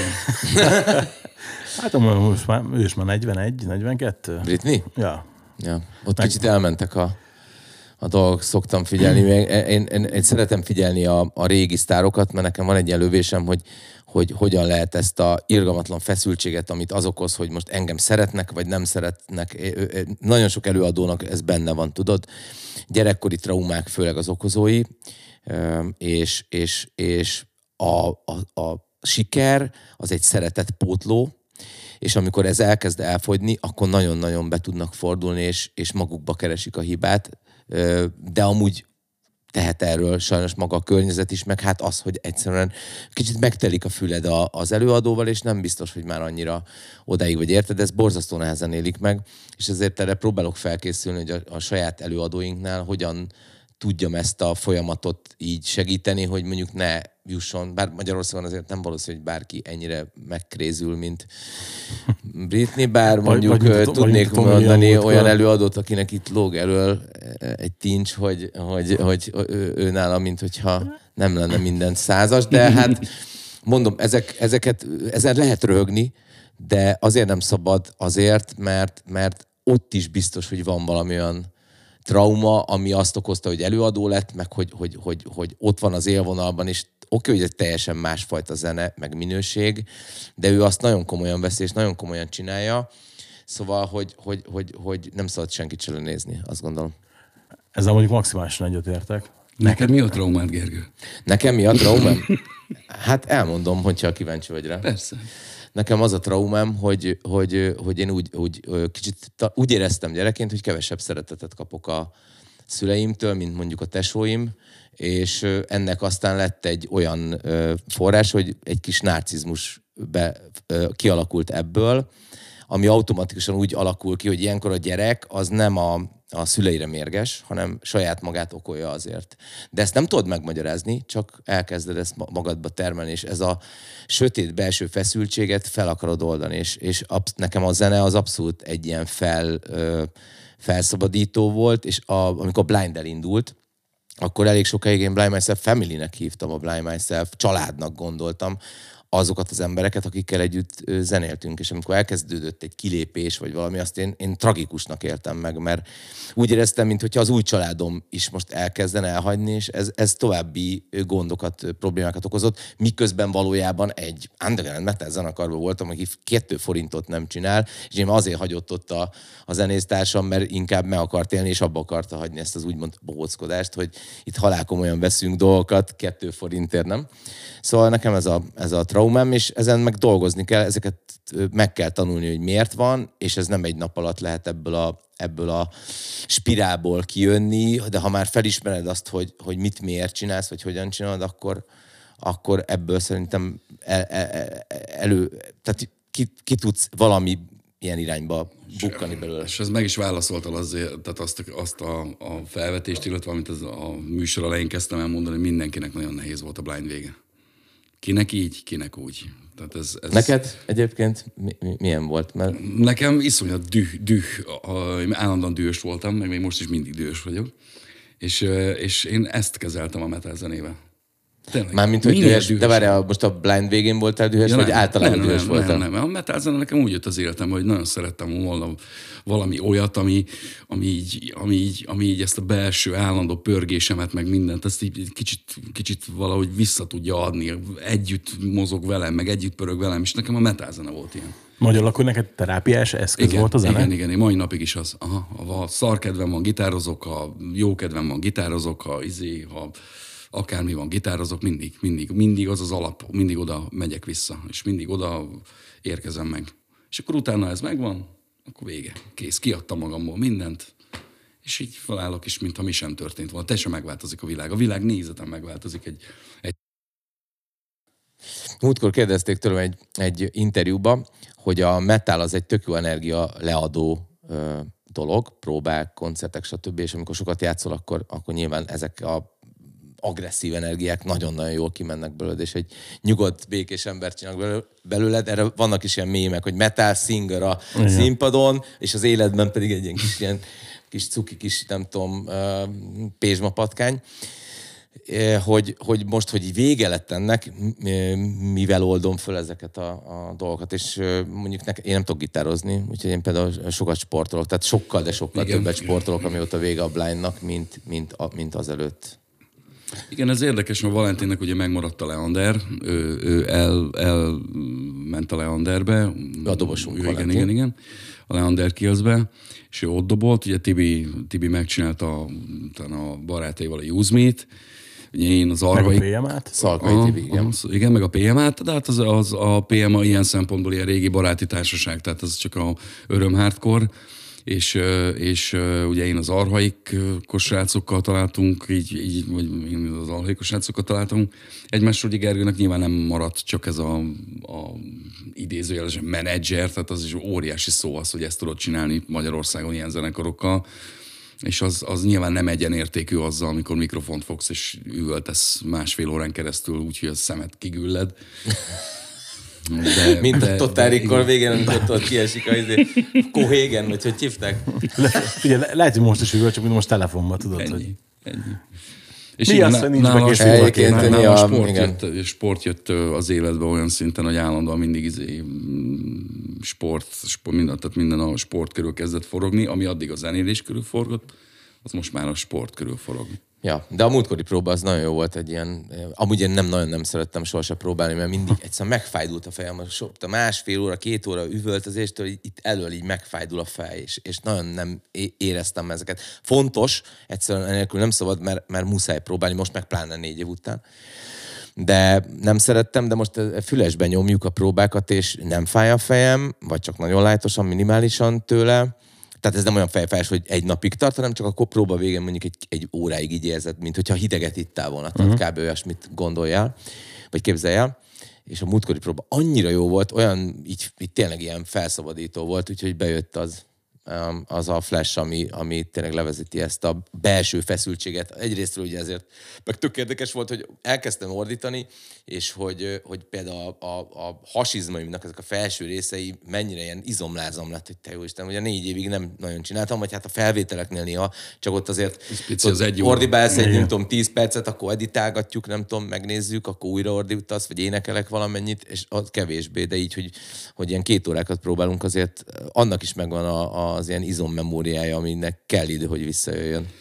Hát most már, ő is már negyvenegy, negyvenkettő. Britney? Ja. Ja. Ott kicsit elmentek a, a dolgok, szoktam figyelni. Én, én, én, én szeretem figyelni a, a régi sztárokat, mert nekem van egy ilyen lövésem, hogy, hogy hogyan lehet ezt a irgalmatlan feszültséget, amit az okoz, hogy most engem szeretnek, vagy nem szeretnek. Nagyon sok előadónak ez benne van, tudod. Gyerekkori traumák főleg az okozói, és, és, és a, a, a siker az egy szeretetpótló, és amikor ez elkezd elfogyni, akkor nagyon-nagyon be tudnak fordulni, és, és magukba keresik a hibát, de amúgy tehet erről sajnos maga a környezet is, meg hát az, hogy egyszerűen kicsit megtelik a füled a, az előadóval, és nem biztos, hogy már annyira odáig vagy érted, ez borzasztó nehezen élik meg, és ezért erre próbálok felkészülni, hogy a, a saját előadóinknál hogyan tudjam ezt a folyamatot így segíteni, hogy mondjuk ne jusson, bár Magyarországon azért nem valószínű, hogy bárki ennyire megkrézül, mint Britney, bár mondjuk vagy, vagy tudnék vagy mondani olyan előadót, akinek itt lóg elől egy tincs, hogy, hogy, hogy ő, ő nála, mint hogyha nem lenne minden százas, de hát mondom, ezek, ezeket, ezen lehet röhögni, de azért nem szabad azért, mert, mert ott is biztos, hogy van valami olyan trauma, ami azt okozta, hogy előadó lett, meg hogy, hogy, hogy, hogy ott van az élvonalban, és oké, hogy ez teljesen másfajta zene, meg minőség, de ő azt nagyon komolyan veszi, és nagyon komolyan csinálja. Szóval, hogy, hogy, hogy, hogy nem szabad senkit se lenézni, azt gondolom. Ezzel mondjuk maximálisan egyetértek. Neked mi a traumát, Gergő? Nekem mi a traumám? Hát elmondom, hogyha kíváncsi vagy rá. Persze. Nekem az a traumám, hogy, hogy, hogy én úgy, úgy, kicsit úgy éreztem gyerekként, hogy kevesebb szeretetet kapok a szüleimtől, mint mondjuk a tesóim, és ennek aztán lett egy olyan forrás, hogy egy kis narcizmus be, kialakult ebből, ami automatikusan úgy alakul ki, hogy ilyenkor a gyerek az nem a, a szüleire mérges, hanem saját magát okolja azért. De ezt nem tudod megmagyarázni, csak elkezded ezt magadba termelni, és ez a sötét belső feszültséget fel akarod oldani, és, és absz- nekem a zene az abszolút egy ilyen fel, ö, felszabadító volt, és a, amikor Blind elindult, akkor elég sokáig én Blind Myself Family-nek hívtam, a Blind Myself családnak gondoltam, azokat az embereket, akikkel együtt zenéltünk, és amikor elkezdődött egy kilépés, vagy valami, azt én, én tragikusnak éltem meg, mert úgy éreztem, mintha az új családom is most elkezden elhagyni, és ez, ez további gondokat, problémákat okozott, miközben valójában egy underground metal zenekarban voltam, aki kettő forintot nem csinál, és én azért hagyott ott a, a zenésztársam, mert inkább meg akart élni, és abba akarta hagyni ezt az úgymond bohóckodást, hogy itt halálkomolyan veszünk dolgokat, kettő forintért, nem? Szóval nekem ez a, ez a traumám, és ezen meg dolgozni kell, ezeket meg kell tanulni, hogy miért van, és ez nem egy nap alatt lehet ebből a, ebből a spirálból kijönni, de ha már felismered azt, hogy, hogy mit miért csinálsz, vagy hogyan csinálod, akkor, akkor ebből szerintem el, el, elő, tehát ki, ki tudsz valami ilyen irányba bukkani belőle. És ez meg is válaszoltál azért, tehát azt, azt a, a felvetést, illetve amit az a műsor elején kezdtem elmondani, hogy mindenkinek nagyon nehéz volt a blind vége. Kinek így, kinek úgy. Tehát ez, ez... Neked egyébként mi, mi, milyen volt? Mert... Nekem iszonyat düh, düh, állandóan dühös voltam, meg még most is mindig dühös vagyok. És, és én ezt kezeltem a metal zenével. Mármint, hogy dühös, dühös, de várjál, most a blind végén voltál dühös, ja, vagy nem, általában nem, dühös nem, voltál? Nem, nem, a metal zene nekem úgy jött az életem, hogy nagyon szerettem volna valami olyat, ami, ami, így, ami, így, ami így ezt a belső állandó pörgésemet, meg mindent, ezt így kicsit, kicsit valahogy vissza tudja adni. Együtt mozog velem, meg együtt pörög velem, és nekem a metal zene volt ilyen. Magyarul akkor neked terápiás eszköz igen, volt a zene? Igen, igen, mai napig is az. Aha, ha szar kedvem van, gitározok, ha jó kedvem van, gitározok, ha izé, ha akármi van, gitározok, mindig, mindig, mindig az az alap, mindig oda megyek vissza, és mindig oda érkezem meg. És akkor utána ez megvan, akkor vége. Kész, kiadtam magamból mindent, és így felállok, és mintha mi sem történt volna. Teljesen megváltozik a világ. A világ nézetem megváltozik egy... egy... Múltkor kérdezték tőlem egy, egy interjúba, hogy a metal az egy tök jó energia leadó ö, dolog, próbák, koncertek, stb. És amikor sokat játszol, akkor, akkor nyilván ezek a agresszív energiák nagyon-nagyon jól kimennek belőled, és egy nyugodt, békés embert csinálnak belőled. Erre vannak is ilyen mémek, hogy metal singer a igen. színpadon, és az életben pedig egy ilyen kis, ilyen, kis cuki, kis, nem tudom, uh, pézsmapatkány. Hogy, hogy most, hogy vége lett ennek, mivel oldom föl ezeket a, a dolgokat, és mondjuk nekem, én nem tudok gitározni, úgyhogy én például sokat sportolok, tehát sokkal, de sokkal igen, többet sportolok, amióta vége a blindnak, mint, mint, mint azelőtt. Igen, ez érdekes, mert Valentinnek ugye megmaradt a Leander, ő, ő el, elment a Leanderbe. A dobosunk ő, Valentin. Igen, igen, igen. A Leander kiözbe, és ő ott dobolt, ugye Tibi, Tibi megcsinálta a barátaival a Use Me-t, ugye én az Arvai... Meg a pé em á-t? Szalkai Tibi, igen. Az, igen, meg a pé em á-t, de hát az, az, a pé em á ilyen szempontból ilyen régi baráti társaság, tehát ez csak a öröm hardcore, és, és ugye én az arhaikos srácokkal találtunk, így, így vagy én az arhaikos srácokkal találtunk. Egymásról, ugye Gergőnek nyilván nem maradt csak ez a, a idézőjelesen menedzser, tehát az is óriási szó az, hogy ezt tudod csinálni Magyarországon ilyen zenekarokkal. És az, az nyilván nem egyenértékű azzal, amikor mikrofont fogsz, és üvöltesz másfél órán keresztül, úgyhogy a szemed kigülled. De, Mint de, a Totárikor végén, amikor ott kiesik a izé, Cohagen, vagy hogy hívták? Figyelj, lehet, hogy most is üvöl, csak mint most telefonban, tudod, ennyi, hogy... Ennyi. És mi igen, az, hogy nincs nála, bekészülve? nála, nála a, a sport jött, sport jött az életbe olyan szinten, hogy állandóan mindig izé, sport, sport minden, tehát minden a sport körül kezdett forogni, ami addig a zenélés körül forgott, az most már a sport körül forog. Ja, de a múltkori próba az nagyon jó volt egy ilyen, amúgy én nem nagyon nem szerettem sohasem próbálni, mert mindig egyszerűen megfájdult a fejem, a másfél óra, két óra üvöltözéstől, itt elől így megfájdul a fej, és, és nagyon nem éreztem ezeket. Fontos, egyszerűen enélkül nem szabad, mert, mert muszáj próbálni, most meg pláne négy év után. De nem szerettem, de most fülesben nyomjuk a próbákat, és nem fáj a fejem, vagy csak nagyon lájtosan, minimálisan tőle. Tehát ez nem olyan fejfájás, hogy egy napig tart, hanem csak a próba végén mondjuk egy, egy óráig így érzed, mint hogyha hideget ittál volna. Tehát uh-huh. kb. Olyasmit gondoljál, vagy képzelj el. És a múltkori próba annyira jó volt, olyan, így, így tényleg ilyen felszabadító volt, úgyhogy bejött az, az a flash, ami, ami tényleg levezeti ezt a belső feszültséget. Egyrésztről ugye ezért, meg tök érdekes volt, hogy elkezdtem ordítani, és hogy, hogy például a, a, a hasizmaimnak ezek a felső részei mennyire ilyen izomlázam lett, hogy te jó Isten, ugye négy évig nem nagyon csináltam, vagy hát a felvételeknél néha, csak ott azért az egy ordibálsz egy, nem tudom, tíz percet, akkor editálgatjuk, nem tudom, megnézzük, akkor újra ordítasz, vagy énekelek valamennyit, és az kevésbé, de így, hogy, hogy ilyen két órákat próbálunk, azért annak is megvan a, az ilyen izommemóriája, aminek kell idő, hogy visszajöjjön.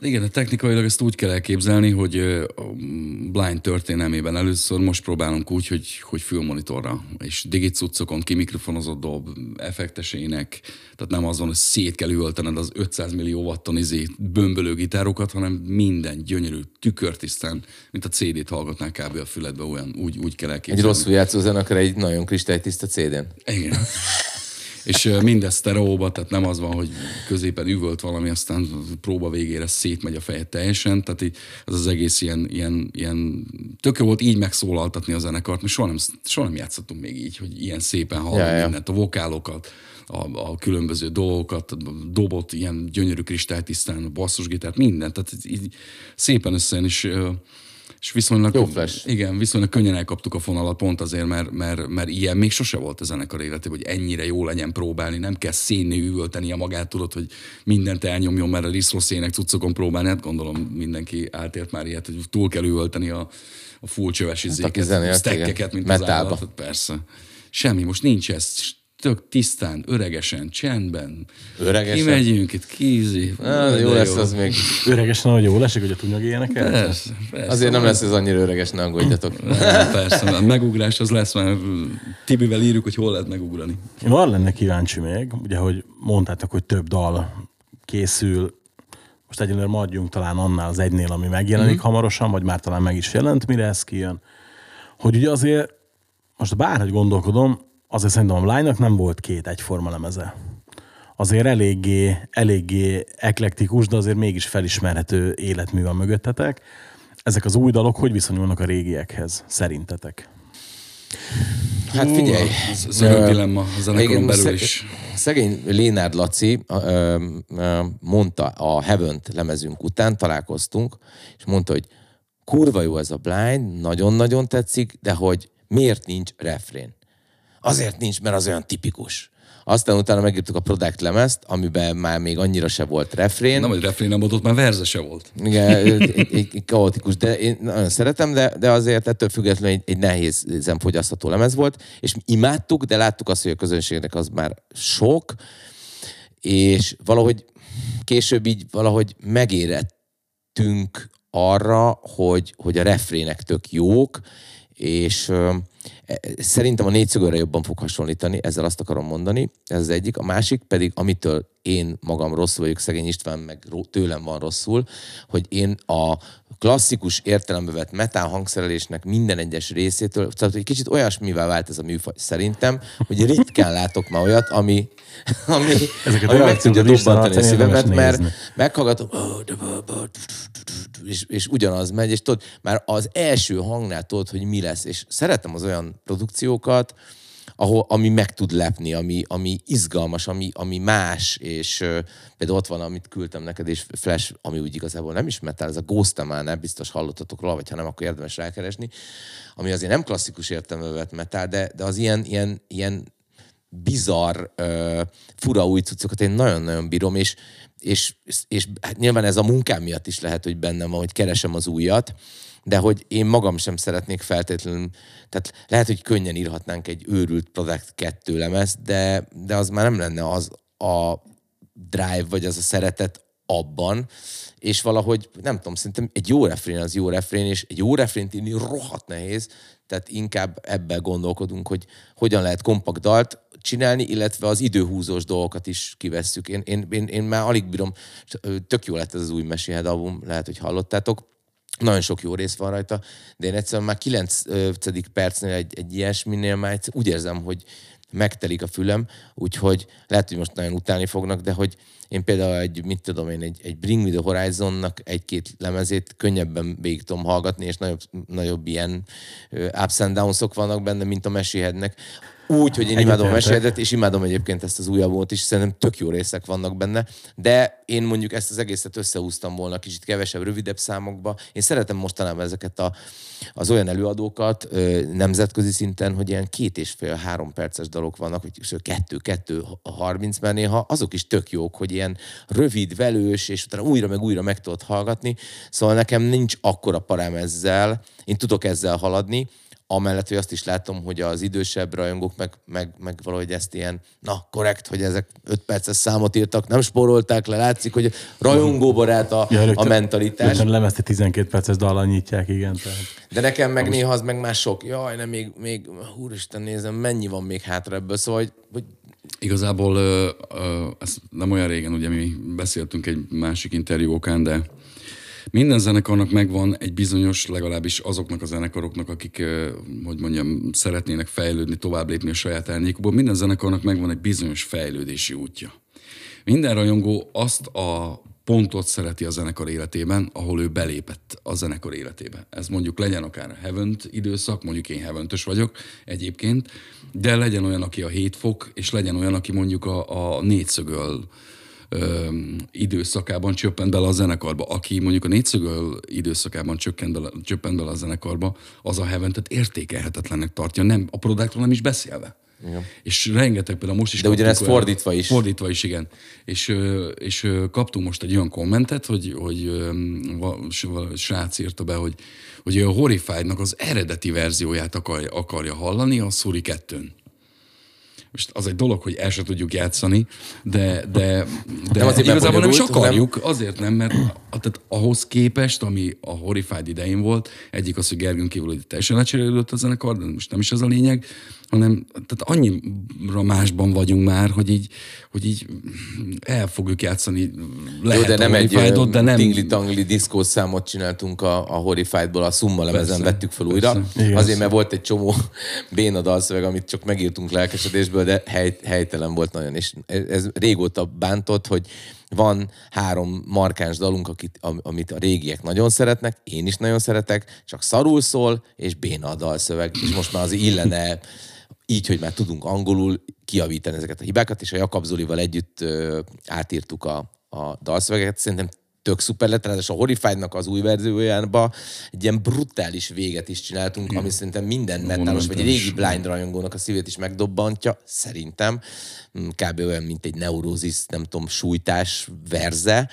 Igen, de technikailag ezt úgy kell elképzelni, hogy a Blind történelmében először most próbálunk úgy, hogy, hogy fülmonitorra, és digicuccokon kimikrofonozott dob, effektes ének, tehát nem azon, hogy szét kell üvöltened az ötszáz millió watton izé bömbölő gitárokat, hanem minden gyönyörű, tükörtisztán, mint a cé dét hallgatnál kb. A füledbe, olyan, úgy, úgy kell elképzelni. Egy rosszul játszó zenekar egy nagyon kristálytiszta cé dén. Igen. És mindez sztereóba, tehát nem az van, hogy középen üvölt valami, aztán próba végére szétmegy a feje teljesen, tehát így, ez az egész ilyen, ilyen, ilyen tök jó volt így megszólaltatni a zenekart, mi soha nem, soha nem játszottunk még így, hogy ilyen szépen hallani ja, ja. mindent, a vokálokat, a, a különböző dolgokat, a dobot, ilyen gyönyörű kristálytisztán, a basszusgitárt, mindent, tehát így szépen összejön, és És viszonylag, jó flash. Igen, viszonylag könnyen elkaptuk a fonalat pont azért, mert, mert, mert ilyen még sose volt a zenekar életében, hogy ennyire jó legyen próbálni, nem kell szénné üvölteni a magát, tudod, hogy mindent elnyomjon, mert a riszró szének cuccokon próbálni, hát gondolom mindenki átélt már ilyet, hogy túl kell üvölteni a, a full csöves izzéket, stekkeket, mint Metálba. Az állat, persze. Semmi, most nincs ez. Tök tisztán, öregesen, csendben. Öregesen? Kimegyünk itt, kízi. Ah, jó lesz az még. Öregesen, hogy jó esik, hogy a tunyag énekel? Persze, persze. Azért nem lesz ez annyira öreges, ne aggódjatok. Persze, a megugrás az lesz, mert Tibivel írjuk, hogy hol lehet megugrani. Én arra lenne kíváncsi még, ugye, hogy mondtátok, hogy több dal készül, most egyelőre maradjunk talán annál az egynél, ami megjelenik mm-hmm. hamarosan, vagy már talán meg is jelent, mire ez kijön. Hogy ugye azért, most bárhogy gondolkodom, azért szerintem a Blind-nak nem volt két egyforma lemeze. Azért eléggé, eléggé eklektikus, de azért mégis felismerhető életmű van mögöttetek. Ezek az új dalok hogy viszonyulnak a régiekhez, szerintetek? Hát figyelj. Ez egy dilemma a zenekaron belül is. Szegény Lénárd Laci ö, ö, mondta a Heaven-t lemezünk után, találkoztunk, és mondta, hogy kurva jó ez a Blind, nagyon-nagyon tetszik, de hogy miért nincs refrén? Azért nincs, mert az olyan tipikus. Aztán utána megírtuk a Product lemezt, amiben már még annyira se volt refrén. Nem, hogy refrén nem volt, már verze se volt. Igen, egy, egy, egy kaotikus, de én nagyon szeretem, de, de azért ettől függetlenül egy, egy nehézen fogyasztható lemez volt, és imádtuk, de láttuk azt, hogy a közönségnek az már sok, és valahogy később így valahogy megérettünk arra, hogy, hogy a refrének tök jók, és ö, szerintem a négyszögőre jobban fog hasonlítani, ezzel azt akarom mondani, ez az egyik. A másik pedig, amitől én magam rosszul vagyok, szegény István meg tőlem van rosszul, hogy én a klasszikus értelembe vett metal hangszerelésnek minden egyes részétől, tehát egy kicsit olyasmivel vált ez a műfaj szerintem, hogy ritkán látok már olyat, ami, ami, ami meg tudja dobbantani a szívemet, mert meghallgatom, és, és ugyanaz megy, és tudod, már az első hangnál tudod, hogy mi lesz, és szeretem az olyan produkciókat, ahol, ami meg tud lepni, ami, ami izgalmas, ami, ami más, és uh, például ott van, amit küldtem neked, és Flash, ami úgy igazából nem is metal, ez a Ghost-Amál, biztos hallottatok róla, vagy ha nem, akkor érdemes rákeresni, ami azért nem klasszikus értelembe vett metal, de, de az ilyen, ilyen, ilyen bizarr, uh, fura új cuccokat én nagyon-nagyon bírom, és, és, és hát nyilván ez a munkám miatt is lehet, hogy bennem van, hogy keresem az újat, de hogy én magam sem szeretnék feltétlenül, tehát lehet, hogy könnyen írhatnánk egy őrült Product kettő lemezt, de, de az már nem lenne az a drive, vagy az a szeretet abban, és valahogy, nem tudom, szerintem egy jó refrén az jó refrén, és egy jó refrént írni rohadt nehéz, tehát inkább ebben gondolkodunk, hogy hogyan lehet kompakt dalt csinálni, illetve az időhúzós dolgokat is kivesszük. Én, én, én, én már alig bírom, tök jó lett ez az új Machine Head album, lehet, hogy hallottátok, nagyon sok jó rész van rajta, de én egyszerűen már kilencedik percnél egy, egy ilyesminél már úgy érzem, hogy megtelik a fülem, úgyhogy lehet, hogy most nagyon utálni fognak, de hogy én például egy, mit tudom én, egy, egy Bring Me The Horizonnak egy-két lemezét könnyebben végig tudom hallgatni, és nagyobb, nagyobb ilyen ups and downs-ok vannak benne, mint a Machine Headnek. Úgy, hogy én imádom a Machine Headet, és imádom egyébként ezt az új albumot is, szerintem tök jó részek vannak benne, de én mondjuk ezt az egészet összehúztam volna kicsit kevesebb, rövidebb számokba. Én szeretem mostanában ezeket a, az olyan előadókat nemzetközi szinten, hogy ilyen két és fél, három perces dalok vannak, vagy kettő, kettő, harminc, mert néha azok is tök jók, hogy ilyen rövid, velős, és utána újra meg újra meg tudod hallgatni. Szóval nekem nincs akkora parám ezzel, én tudok ezzel haladni. amellett, hogy azt is látom, hogy az idősebb rajongók meg, meg, meg valahogy ezt ilyen, na, korrekt, hogy ezek öt perces számot írtak, nem spórolták le, látszik, hogy rajongóbarát a, ja, rögtön, a mentalitás. Rögtön lemezte tizenkét perces dallal nyitják, igen. Tehát. De nekem meg most... néha az meg már sok. Jaj, nem, még, még, úristen, nézem, mennyi van még hátra ebből, szóval, hogy, hogy igazából ö, ö, ez nem olyan régen, ugye mi beszéltünk egy másik interjúokán, de minden zenekarnak megvan egy bizonyos, legalábbis azoknak a zenekaroknak, akik, ö, hogy mondjam, szeretnének fejlődni, tovább lépni a saját árnyékukból, minden zenekarnak megvan egy bizonyos fejlődési útja. Minden rajongó azt a pontot szereti a zenekar életében, ahol ő belépett a zenekar életébe. Ez mondjuk legyen akár Heavent időszak, mondjuk én Heaventös vagyok egyébként, de legyen olyan, aki a hét fok, és legyen olyan, aki mondjuk a, a négyszögöl ö, időszakában csöppent bele a zenekarba. Aki mondjuk a négyszögöl időszakában csöppent bele, csöppent bele a zenekarba, az a Heaventet értékelhetetlennek tartja, nem, a Produktról nem is beszélve. Igen. És rengeteg például most is... De ugyanez fordítva is. Fordítva is, igen. És, és kaptunk most egy olyan kommentet, hogy, hogy srác írta be, hogy, hogy a Horrified-nak az eredeti verzióját akarja, akarja hallani a Suri kettőn. Most az egy dolog, hogy el se tudjuk játszani, de, de, de nem igazából nem is bonyolult, akarjuk, nem? Azért nem, mert tehát ahhoz képest, ami a Horrified idején volt, egyik az, hogy Gergőn kívül teljesen lecserélődött a zenekar, de most nem is ez a lényeg, hanem tehát annyira másban vagyunk már, hogy így, hogy így el fogjuk játszani lehet. Jó, de nem egy de nem... tingli-tangli diszkós számot csináltunk a, a Horrifiedból, a Summa lemezen vettük fel újra. Persze. Azért, mert volt egy csomó béna dalszöveg, amit csak megírtunk lelkesedésből, de hely, helytelen volt nagyon. És ez régóta bántott, hogy van három markáns dalunk, akit, amit a régiek nagyon szeretnek, én is nagyon szeretek, csak szarul szól, és béna a dalszöveg. És most már az illene így, hogy már tudunk angolul kijavítani ezeket a hibákat, és a Jakab Zolival együtt ö, átírtuk a, a dalszövegeket. Szerintem tök szuper lett, ráadásul a Horrified-nak az új verziójában egy ilyen brutális véget is csináltunk, ami szerintem minden metálos, vagy egy régi Blind rajongónak a szívét is megdobbantja, szerintem. Kb. Olyan, mint egy Neurózis, nem tudom, sújtás verze,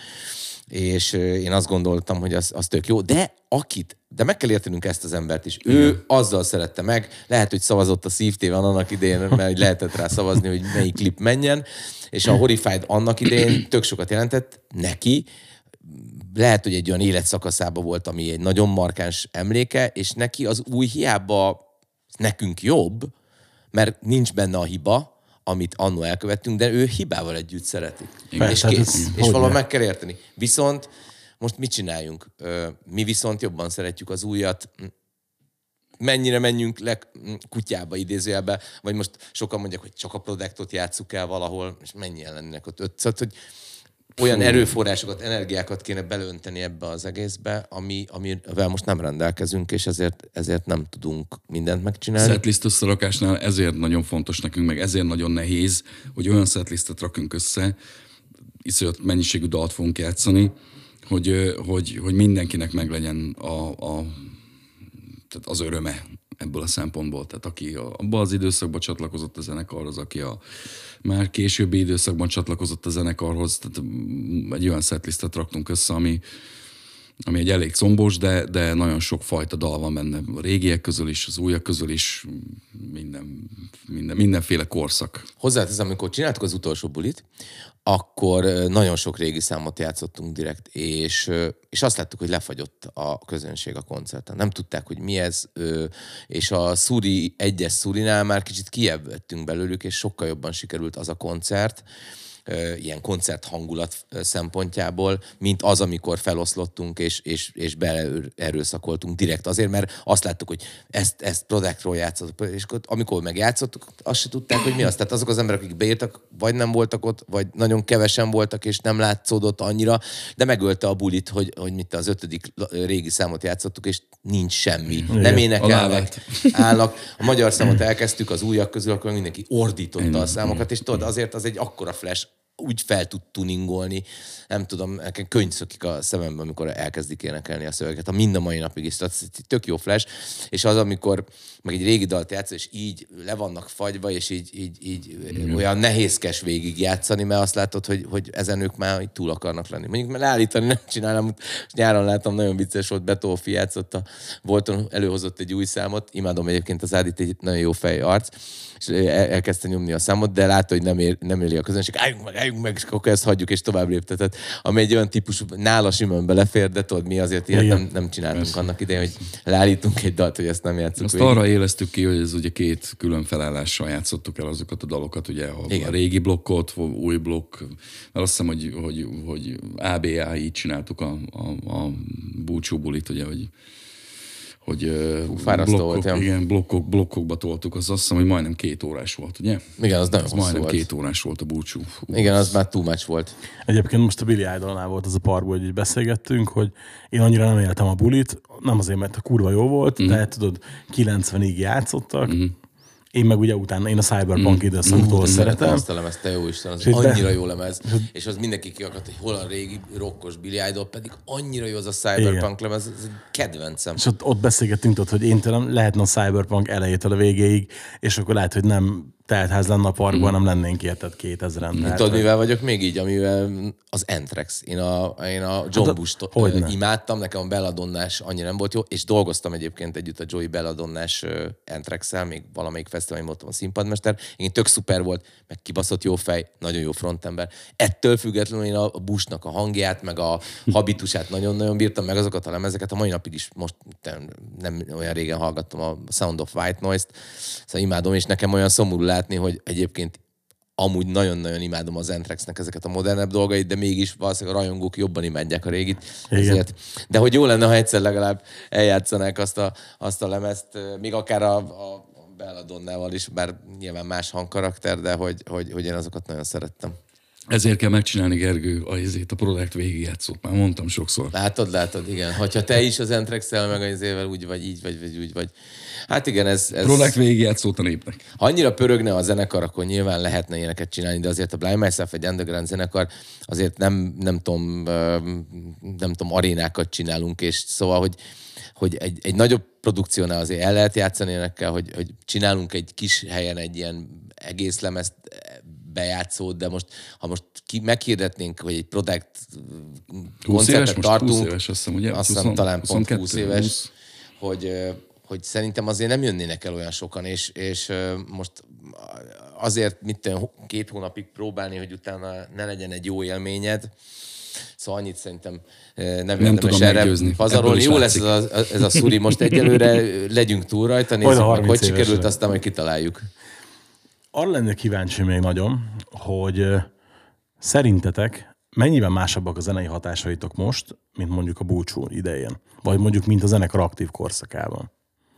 és én azt gondoltam, hogy az, az tök jó, de akit, de meg kell értenünk ezt az embert is. Ő igen. azzal szerette meg, lehet, hogy szavazott a szívtéven annak idején, mert lehetett rá szavazni, hogy melyik klip menjen, és a Horrified annak idején tök sokat jelentett neki, lehet, hogy egy olyan életszakaszában volt, ami egy nagyon markáns emléke, és neki az új hiába nekünk jobb, mert nincs benne a hiba, amit annó elkövettünk, de ő hibával együtt szereti. Igen. És kész. És valahol meg kell érteni. Viszont most mit csináljunk? Mi viszont jobban szeretjük az újat. Mennyire menjünk le kutyába, idézőjelbe, vagy most sokan mondják, hogy csak a Produktot játsszuk el valahol, és mennyien lennének ott ötször, hogy olyan erőforrásokat, energiákat kéne belönteni ebbe az egészbe, ami, amivel most nem rendelkezünk, és ezért, ezért nem tudunk mindent megcsinálni. Setlist összerakásnál ezért nagyon fontos nekünk, meg ezért nagyon nehéz, hogy olyan setlistet rakunk össze, iszonyat mennyiségű dalt fogunk játszani, hogy, hogy, hogy mindenkinek meglegyen a, a, tehát az öröme ebből a szempontból. Tehát aki abban az időszakban csatlakozott a zenekarhoz, aki a már későbbi időszakban csatlakozott a zenekarhoz, tehát egy olyan setlistet raktunk össze, ami, ami egy elég combos, de, de nagyon sok fajta dal van benne. A régiek közül is, az újak közül is, minden, minden, mindenféle korszak. Hozzáteszem, amikor csináltuk az utolsó bulit, akkor nagyon sok régi számot játszottunk direkt, és, és azt láttuk, hogy lefagyott a közönség a koncerten. Nem tudták, hogy mi ez, és a Szuri, egyes Szurinál már kicsit kijebb vettünk belőlük, és sokkal jobban sikerült az a koncert, ilyen koncert hangulat szempontjából, mint az, amikor feloszlottunk és, és, és beleerőszakoltunk direkt azért, mert azt láttuk, hogy ezt, ezt Produktról játszottuk, és amikor megjátszottuk, azt se tudták, hogy mi az. Tehát azok az emberek, akik beírtak, vagy nem voltak ott, vagy nagyon kevesen voltak, és nem látszódott annyira, de megölte a bulit, hogy, hogy mit az ötödik régi számot játszottuk, és nincs semmi. Igen. Nem énekelnek, állnak. A magyar számot elkezdtük az újak közül, akkor mindenki ordította a számokat, és tudod, azért az egy akkora flash, úgy fel tud tuningolni, nem tudom, nekem könyv szökik a szememben, amikor elkezdik énekelni a szöveget, a mind a mai napig is, tehát tök jó flash, és az, amikor meg egy régi dalt játszol, és így le vannak fagyva, és így, így, így olyan nehézkes végig játszani, mert azt látod, hogy, hogy ezen ők már így túl akarnak lenni. Mondjuk, mert állítani nem csinálom, és nyáron láttam, nagyon vicces volt, Betófi játszott a Volton, előhozott egy új számot, imádom egyébként az Ádit, egy nagyon jó fej arc, és elkezdte nyomni a számot, de látta, hogy nem, ér, nem éli a közönség, álljunk meg, álljunk meg, és akkor ezt hagyjuk, és tovább léptetett. Ami egy olyan típusú, nála simán belefér, de tudod, mi azért ilyet nem, nem csináltunk Persze. annak idején, hogy leállítunk egy dalt, hogy ezt nem játszunk. Azt végig. Arra élesztük ki, hogy ez ugye két külön felállással játszottuk el azokat a dalokat, ugye a, a régi blokkot, új blokk, mert azt hiszem, hogy, hogy, hogy á bé á így csináltuk a, a, a búcsú bulit, ugye, hogy hogy blokkok, volt, ja. igen, blokkok, blokkokba toltuk, az azt hiszem, hogy majdnem két órás volt, ugye? Igen, az nagyon az hosszú majdnem volt. két órás volt a búcsú. Hú, igen, az már too much volt. Egyébként most a Billy Idolnál volt az a parkból, hogy így beszélgettünk, hogy én annyira nem éltem a bulit, nem azért, mert a kurva jó volt, mm. de tudod, kilencvenig játszottak, mm. Én meg ugye utána, én a Cyberpunk mm. időszaktól mm. szeretem. Azt a lemez, te jó Isten, az annyira de... jó lemez. És az mindenki kiakadt, hogy hol a régi rokkos Billy Idol, pedig annyira jó az a Cyberpunk igen. lemez, ez egy kedvencem. És ott, ott beszélgettünk, tudod, hogy én tőlem lehetne a Cyberpunk elejétől a végéig, és akkor lehet, hogy nem teltház lenne a parkban, mm. nem lennénk érted kétezren. Mm. Tudod, mivel vagyok még így, amivel az Anthrax. Én a, én a John hát, Bush-t imádtam, nekem a Belladonnás annyira nem volt jó, és dolgoztam egyébként együtt a Joey Belladonnás Anthrax-el, még valamelyik fesztiválon voltam a színpadmester. Én tök szuper volt, meg kibaszott jó fej, nagyon jó frontember. Ettől függetlenül én a Bushnak a hangját, meg a habitusát nagyon-nagyon bírtam, meg azokat a lemezeket. A mai napig is most nem olyan régen hallgattam a Sound of White Noise-t, szóval imádom, és nekem olyan szomorú látni, hogy egyébként amúgy nagyon-nagyon imádom az Anthraxnek ezeket a modernebb dolgait, de mégis valószínűleg a rajongók jobban imádják a régit. Ezért. De hogy jó lenne, ha egyszer legalább eljátszanák azt a, azt a lemezt, még akár a, a Belladonnával is, bár nyilván más hangkarakter, de hogy, hogy, hogy én azokat nagyon szerettem. Ezért kell megcsinálni, Gergő, a, a Product végigjátszót. Már mondtam sokszor. Látod, látod, igen. Hogyha te is az Anthrax-el meg az évvel úgy vagy, így vagy, vagy úgy vagy. Hát igen, ez... ez... Product végigjátszót a népnek. Ha annyira pörögne a zenekar, akkor nyilván lehetne ilyeneket csinálni, de azért a Blind Myself egy underground zenekar, azért nem, nem tudom, nem tudom, arénákat csinálunk, és szóval, hogy, hogy egy, egy nagyobb produkciónál azért el lehet játszani enekkel, hogy, hogy csinálunk egy kis helyen egy ilyen egész lemezt bejátszót, de most, ha most ki, meghirdetnénk, hogy egy Product koncertet tartunk, húsz éves, azt hiszem, ugye? Azt hiszem, talán pont húsz éves, húsz. Hogy, hogy szerintem azért nem jönnének el olyan sokan, és, és most azért mit tudom, két hónapig próbálni, hogy utána ne legyen egy jó élményed. Szóval annyit szerintem nem, nem érdemes erre pazarolni. Jó lesz ez a, ez a szuri. Most egyelőre legyünk túl rajta, nézzük meg, hogy sikerült, aztán majd kitaláljuk. Arra lenne kíváncsi még nagyon, hogy szerintetek mennyiben másabbak a zenei hatásaitok most, mint mondjuk a búcsú idején? Vagy mondjuk, mint a zenekar aktív korszakában?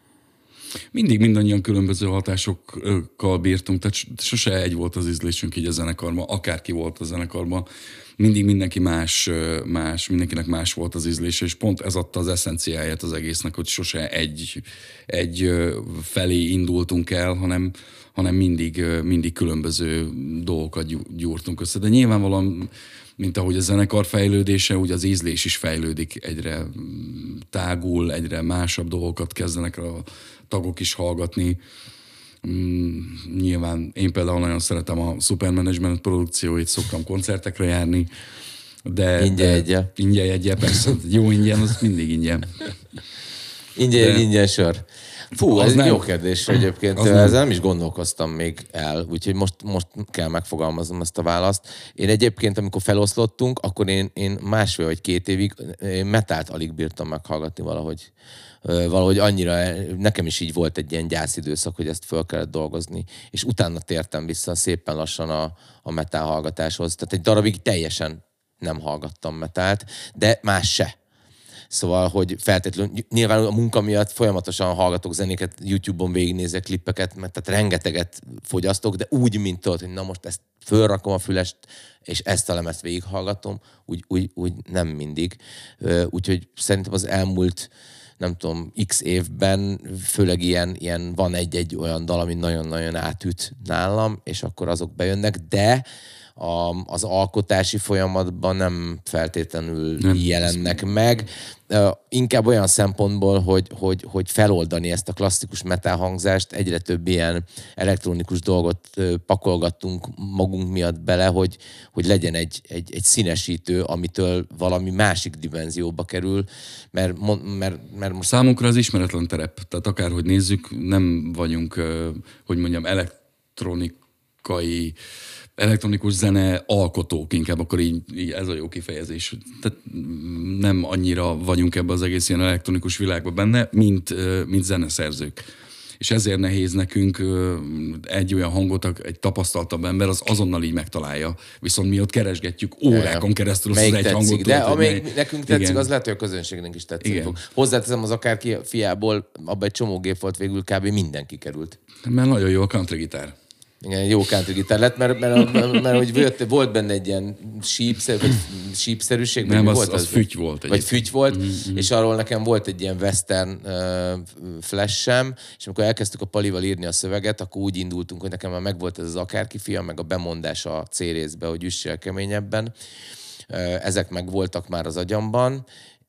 Mindig mindannyian különböző hatásokkal bírtunk, tehát sose egy volt az ízlésünk így a zenekarban, akárki volt a zenekarban. Mindig mindenki más, más, mindenkinek más volt az ízlése, és pont ez adta az eszenciáját az egésznek, hogy sose egy, egy felé indultunk el, hanem, hanem mindig, mindig különböző dolgokat gyúrtunk össze. De nyilvánvalóan, mint ahogy a zenekar fejlődése, úgy az ízlés is fejlődik, egyre tágul, egyre másabb dolgokat kezdenek a tagok is hallgatni. Mm, nyilván én például nagyon szeretem a Supermanagement produkcióit, szoktam koncertekre járni, de... Ingyen egye. Ingyen egye, persze. Jó ingyen, az mindig ingyen. Ingyen, de... ingyen sor. Fú, az ez nem, jó kérdés egyébként. Ezzel nem. nem is gondolkoztam még el, úgyhogy most, most kell megfogalmaznom ezt a választ. Én egyébként, amikor feloszlottunk, akkor én, én másfél vagy két évig metált alig bírtam meghallgatni valahogy. Valahogy annyira, nekem is így volt egy ilyen gyászidőszak, hogy ezt föl kellett dolgozni, és utána tértem vissza szépen lassan a, a metál hallgatáshoz. Tehát egy darabig teljesen nem hallgattam metált, de más se. Szóval, hogy feltétlenül, nyilván a munka miatt folyamatosan hallgatok zenéket, YouTube-on végignézek klippeket, mert tehát rengeteget fogyasztok, de úgy, mint tudod, hogy na most ezt fölrakom a fülest, és ezt a lemezt végighallgatom, úgy, úgy, úgy nem mindig. Úgyhogy szerintem az elmúlt nem tudom, x évben, főleg ilyen, ilyen van egy-egy olyan dal, ami nagyon-nagyon átüt nálam, és akkor azok bejönnek, de a, az alkotási folyamatban nem feltétlenül Nem. jelennek meg. Uh, inkább olyan szempontból, hogy, hogy, hogy feloldani ezt a klasszikus metal hangzást, egyre több ilyen elektronikus dolgot uh, pakolgattunk magunk miatt bele, hogy, hogy legyen egy, egy, egy színesítő, amitől valami másik dimenzióba kerül, mert, mert, mert most... Számunkra az ismeretlen terep, tehát akárhogy nézzük, nem vagyunk, uh, hogy mondjam, elektronikai elektronikus zene alkotók, inkább akkor így, így ez a jó kifejezés. Tehát nem annyira vagyunk ebbe az egész ilyen elektronikus világban benne, mint, mint zeneszerzők. És ezért nehéz nekünk egy olyan hangot, egy tapasztaltabb ember az azonnal így megtalálja. Viszont mi ott keresgetjük órákon keresztül azt az egy hangot. De tudod, amelyik mely... nekünk tetszik, igen. az lehet, hogy a közönségnek is tetszik Igen. fog. Hozzáteszem, az akárki fiából abban egy csomó gép volt, végül kb. Mindenki került. Mert nagyon jó a country gitár. Igen, jó country gitár lett, mert, mert, mert, mert hogy volt, volt benne egy ilyen sípszer, vagy sípszerűség. Nem, az, volt az, az füty volt. Vagy füty volt, mm-hmm. és arról nekem volt egy ilyen western uh, flash-em, és amikor elkezdtük a Palival írni a szöveget, akkor úgy indultunk, hogy nekem már megvolt ez az akárki fia, meg a bemondás a C részbe, hogy üssél keményebben. Uh, ezek meg voltak már az agyamban,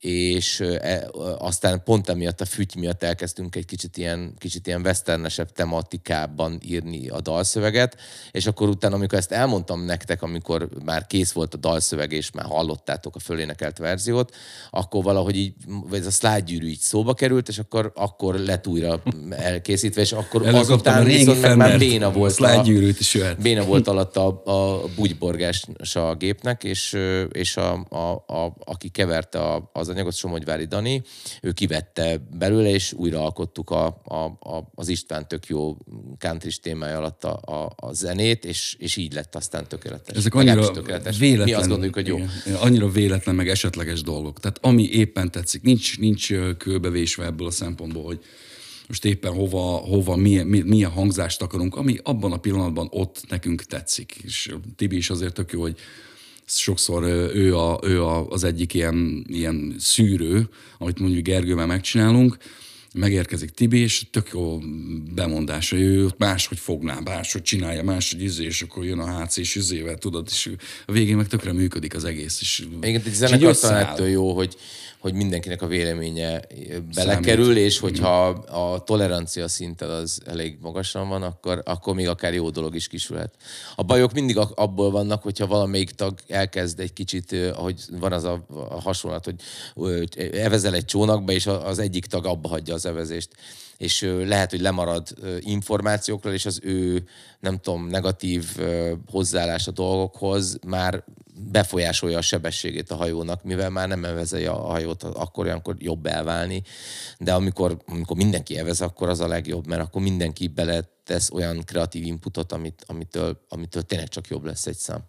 és e, aztán pont emiatt a füty miatt elkezdtünk egy kicsit ilyen, kicsit ilyen westernesebb tematikában írni a dalszöveget, és akkor utána, amikor ezt elmondtam nektek, amikor már kész volt a dalszöveg, és már hallottátok a fölénekelt verziót, akkor valahogy így, vagy ez a slide gyűrű így szóba került, és akkor, akkor lett újra elkészítve, és akkor azután viszont meg már béna volt, a, béna volt alatt a, a bugyborgás a gépnek, és, és a, a, a, aki keverte a, az anyagot, Somogyvári Dani, ő kivette belőle, és újra alkottuk a, a, a, az István tök jó country témája alatt a, a, a zenét, és, és így lett aztán tökéletes. Ezek annyira tökéletes. véletlen, mi azt gondoljuk, hogy jó. Igen, annyira véletlen, meg esetleges dolgok. Tehát ami éppen tetszik, nincs, nincs kőbevésve ebből a szempontból, hogy most éppen hova, hova milyen, milyen hangzást akarunk, ami abban a pillanatban ott nekünk tetszik. És Tibi is azért tök jó, hogy sokszor ő, a, ő a, az egyik ilyen, ilyen szűrő, amit mondjuk Gergővel megcsinálunk, megérkezik Tibi, és tök jó bemondása, ő ott máshogy fogná, máshogy csinálja, máshogy izé, és akkor jön a há cé és izével, tudod, és a végén meg tökre működik az egész. És, igen, egy zenekar talán ettől jó, hogy, hogy mindenkinek a véleménye belekerül, számít. És hogyha a tolerancia szinted az elég magasan van, akkor, akkor még akár jó dolog is kisülhet. A bajok mindig abból vannak, hogyha valamelyik tag elkezd egy kicsit, ahogy van az a, a hasonlat, hogy evezel egy csónakba, és az egyik tag abba hagyja az evezést. És lehet, hogy lemarad információkról, és az ő, nem tudom, negatív hozzáállás a dolgokhoz már befolyásolja a sebességét a hajónak, mivel már nem evezeli a hajót, akkor olyankor jobb elválni. De amikor, amikor mindenki evez, akkor az a legjobb, mert akkor mindenki beletesz olyan kreatív inputot, amit, amitől, amitől tényleg csak jobb lesz egy szám.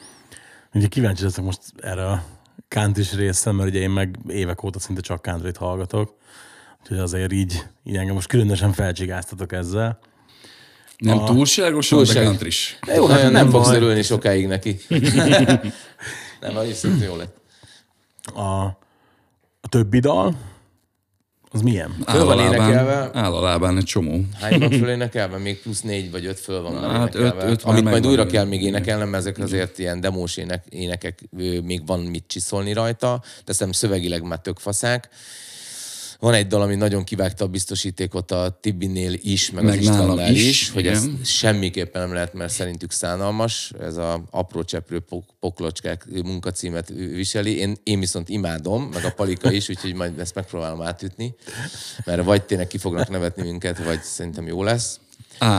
Ugye kíváncsi leszek most erre a country-s részen, mert ugye én meg évek óta szinte csak countryt hallgatok. Úgyhogy azért így, így engem most különösen felcsigáztatok ezzel. Nem a... túlságosan, túlság... de country-s. Jó, nem, nem fogsz örülni sokáig neki. Nem, az is jó lett. A, a többi dal, az milyen? Föl van énekelve. Áll a lábán egy csomó. Hány van föl énekelve? Még plusz négy vagy öt föl van már hát énekelve. Öt, öt Amit majd megvan, újra kell még énekelnem, mert ezek azért ilyen demós ének, énekek, még van mit csiszolni rajta, de szerintem szövegileg már tök faszák. Van egy dal, ami nagyon kivágta a biztosítékot a Tibinél is, meg, meg az Istvánnál is, is, hogy ezt semmiképpen nem lehet, mert szerintük szánalmas. Ez a Apró cseprő poklocskák munkacímet viseli. Én, én viszont imádom, meg a Palika is, úgyhogy majd ezt megpróbálom átütni. Mert vagy tényleg ki fognak nevetni minket, vagy szerintem jó lesz. A.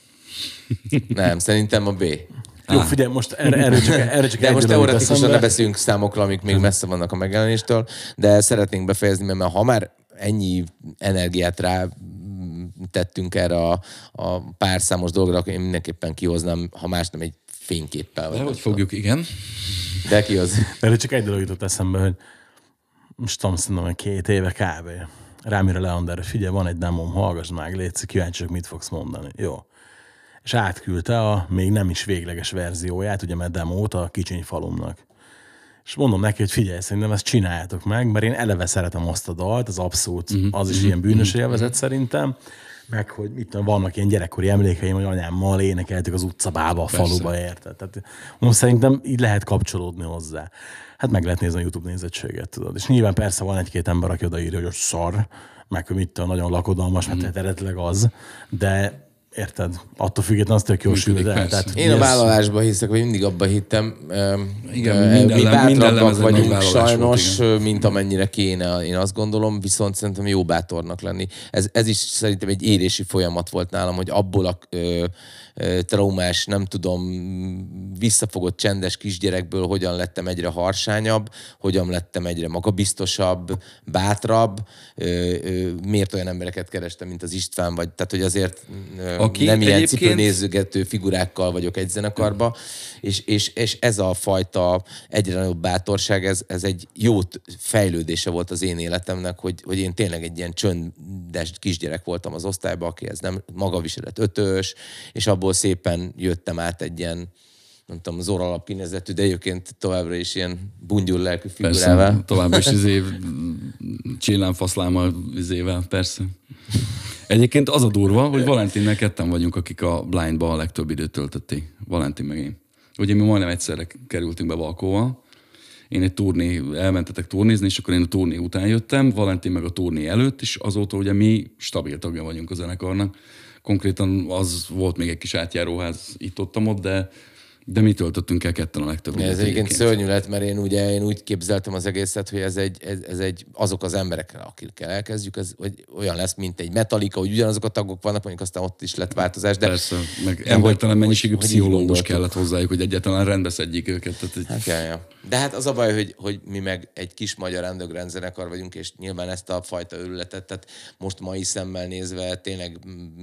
Nem, szerintem a B. Jó, figyelj, most erre, erre csak, erre csak de most teoretikusan ne beszéljünk számokra, amik még messze vannak a megjelenéstől, de szeretnénk befejezni, mert ha már ennyi energiát rá tettünk erre a, a pár számos dologra, akkor én mindenképpen kihoznám, ha más nem egy fényképpel. De hogy fogjuk, igen. De kihoz. Erre csak egy dolog jutott eszembe, hogy most tudom, szerintem, hogy két éve kb. Rám ír a Leander, figyelj, van egy demóm, hallgass meg, légy, kíváncsi, mit fogsz mondani. Jó. És átküldte a még nem is végleges verzióját, ugye mert demót a Kicsiny falumnak. És mondom neki, hogy figyelj, szerintem ezt csináljátok meg, mert én eleve szeretem azt a dalt, az abszolút, az is ilyen bűnös élvezet szerintem, Meg, hogy mit tudom, vannak ilyen gyerekkori emlékeim, hogy anyámmal énekeltük az utcabába, a faluba, érted? Tehát most szerintem így lehet kapcsolódni hozzá. Hát meg lehet nézni a YouTube nézettséget, tudod. És nyilván persze van egy-két ember, aki odaírja, hogy szar, meg hogy mit tudom, nagyon lakodalmas, mert mm. eredetileg az, de érted? Attól függetlenül az tök jó sült el. Tehát, én a vállalásban hiszek, vagy mindig abban hittem. Igen, mi minden, bátrabbak vagyunk sajnos, volt, mint amennyire kéne, én azt gondolom, viszont szerintem jó bátornak lenni. Ez, ez is szerintem egy érési folyamat volt nálam, hogy abból a ö, ö, traumás, nem tudom, visszafogott csendes kisgyerekből hogyan lettem egyre harsányabb, hogyan lettem egyre magabiztosabb, bátrabb, ö, ö, miért olyan embereket kerestem, mint az István, vagy tehát, hogy azért Aki nem ilyen egyébként... cipőnézőgető figurákkal vagyok egy zenekarba, és, és, és ez a fajta egyre nagyobb bátorság, ez, ez egy jó fejlődése volt az én életemnek, hogy, hogy én tényleg egy ilyen csöndes kisgyerek voltam az osztályban, aki ez nem maga viselett ötös, és abból szépen jöttem át egy ilyen, nem tudom, Zora alap kinézetű, de egyébként továbbra is ilyen bungyul lelkű figurával. Persze, továbbra is izé, csillánfaszlámmal izével, persze. Egyébként az a durva, hogy Valentinnel ketten vagyunk, akik a Blindba a legtöbb időt töltötték. Valentin meg én. Ugye mi majdnem egyszerre kerültünk be Valkóval. Én egy turné, elmentetek turnézni, és akkor én a turné után jöttem, Valentin meg a turné előtt, és azóta ugye mi stabil tagja vagyunk a zenekarnak. Konkrétan az volt még egy kis átjáróház itt-ott, de De mi töltöttünk el ketten a legtöbb. Ez egyébként szörnyű lett, mert én, ugye, én úgy képzeltem az egészet, hogy ez egy, ez, ez egy azok az emberekkel, akikkel elkezdjük, ez hogy olyan lesz, mint egy Metallica, hogy ugyanazok a tagok vannak, mondjuk aztán ott is lett változás. De persze, meg embertelen mennyiségű pszichológus kellett hozzájuk, hogy egyáltalán rendbe szedjék őket. Tehát egy... hát, ja, ja. De hát az a baj, hogy, hogy mi meg egy kis magyar underground zenekar vagyunk, és nyilván ezt a fajta őrületet, tehát most mai szemmel nézve tényleg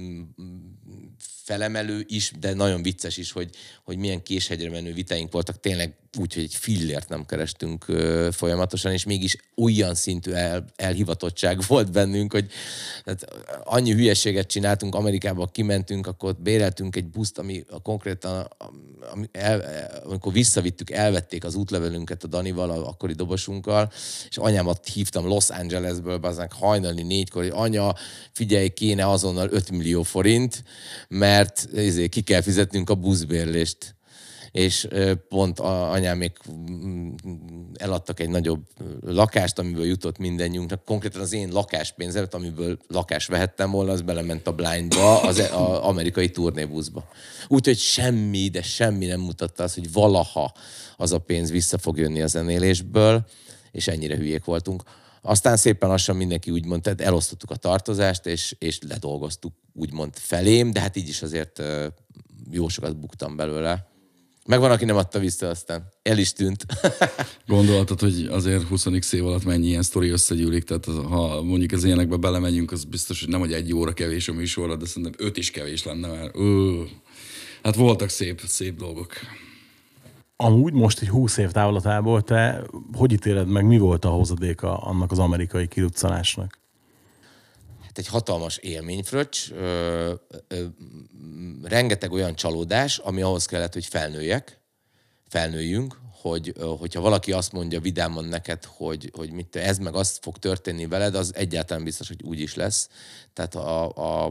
felemelő is, de nagyon vicces is, hogy, hogy milyen késhegyre menő vitáink voltak, tényleg úgy, hogy egy fillért nem kerestünk ö, folyamatosan, és mégis olyan szintű el, elhivatottság volt bennünk, hogy tehát annyi hülyeséget csináltunk, Amerikába kimentünk, akkor ott béreltünk egy buszt, ami a konkrétan, ami el, amikor visszavittük, elvették az útlevelünket a Danival, a akkori dobosunkkal, és anyámat hívtam Los Angelesből, bazdmeg hajnali négykor, hogy anya, figyelj, kéne azonnal öt millió forint, mert ezért ki kell fizetnünk a buszbérlést. És pont anyámék eladtak egy nagyobb lakást, amiből jutott mindennyiunknak. Konkrétan az én lakáspénzemet, amiből lakást vehettem volna, az belement a Blindba, az amerikai turnébuszba. Úgyhogy semmi, de semmi nem mutatta azt, hogy valaha az a pénz vissza fog jönni a zenélésből, és ennyire hülyék voltunk. Aztán szépen lassan mindenki úgymond, tehát elosztottuk a tartozást, és, és ledolgoztuk úgymond felém, de hát így is azért jó sokat buktam belőle. Meg van, aki nem adta vissza, aztán el is tűnt. Gondoltad, hogy azért húsz év alatt mennyi ilyen sztori összegyűlik, tehát az, ha mondjuk az ilyenekbe belemegyünk, az biztos, hogy nem, hogy egy óra kevés a műsorra, de szerintem öt is kevés lenne már. Ö, hát voltak szép, szép dolgok. Amúgy most egy húsz év távlatából te hogy ítéled meg, mi volt a hozadéka annak az amerikai kiruccanásnak? Hát egy hatalmas élményfröccs, ö, ö, rengeteg olyan csalódás, ami ahhoz kellett, hogy felnőjek, felnőjünk, hogy, hogyha valaki azt mondja vidáman neked, hogy, hogy mit, ez meg azt fog történni veled, az egyáltalán biztos, hogy úgy is lesz. Tehát a, a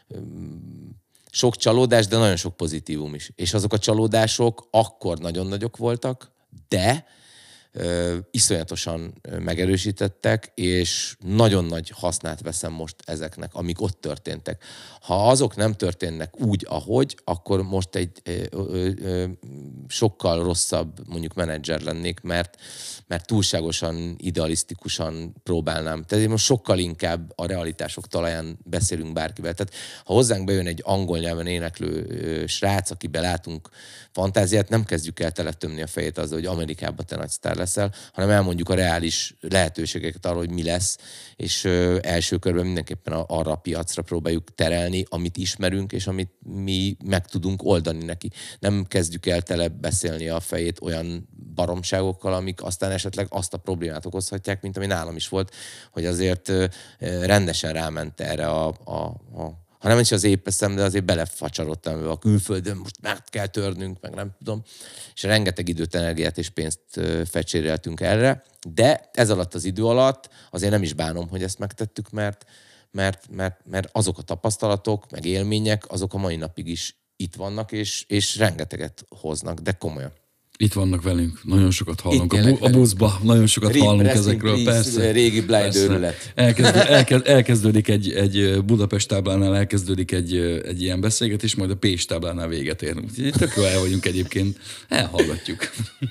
sok csalódás, de nagyon sok pozitívum is. És azok a csalódások akkor nagyon nagyok voltak, de ö, iszonyatosan megerősítettek, és nagyon nagy hasznát veszem most ezeknek, amik ott történtek. Ha azok nem történnek úgy, ahogy, akkor most egy ö, ö, ö, sokkal rosszabb mondjuk menedzser lennék, mert, mert túlságosan idealisztikusan próbálnám. Tehát most sokkal inkább a realitások talaján beszélünk bárkivel. Tehát ha hozzánk bejön egy angol nyelven éneklő ö, srác, akiben látunk fantáziát, nem kezdjük el teletömni a fejét azzal, hogy Amerikában te nagy sztár leszel, hanem elmondjuk a reális lehetőségeket arra, hogy mi lesz, és ö, első körben mindenképpen a, arra a piacra próbáljuk terelni, amit ismerünk, és amit mi meg tudunk oldani neki. Nem kezdjük el tele beszélni a fejét olyan baromságokkal, amik aztán esetleg azt a problémát okozhatják, mint ami nálam is volt, hogy azért ö, rendesen ráment erre a, a, a ha nem is az épeszem, de azért belefacsarodtam a külföldön, most meg kell törnünk, meg nem tudom. És rengeteg időt, energiát és pénzt fecséreltünk erre. De ez alatt az idő alatt azért nem is bánom, hogy ezt megtettük, mert, mert, mert, mert azok a tapasztalatok, meg élmények, azok a mai napig is itt vannak, és, és rengeteget hoznak, de komolyan. Itt vannak velünk, nagyon sokat hallunk. A, bu- a velünk. buszba nagyon sokat Rip, hallunk resting ezekről, please, persze. régi blind persze. őrület. Elkezd, elkezd, elkezdődik egy, egy Budapest táblánál, elkezdődik egy, egy ilyen beszélgetés, majd a Pécs táblánál véget ér. Úgyhogy tök jó el vagyunk egyébként, elhallgatjuk.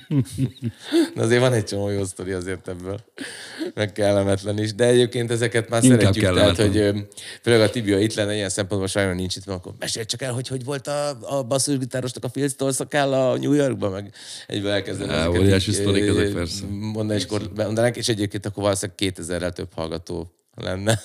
De azért van egy csomó jó sztori azért ebből, meg kellemetlen is, de egyébként ezeket már Inkább szeretjük, tehát, kellemetlen. hogy főleg a Tibi, ha itt lenne, ilyen szempontból sajnos nincs itt, akkor mesélj csak el, hogy hogy volt a, a basszusgitárosnak a Phil Stolszakáll a New Yorkban, meg egyből elkezdem Á, óriási sztorik ezek, persze. mondani, és akkor mondanánk, és egyébként akkor valószínűleg kétezerrel több hallgató lenne.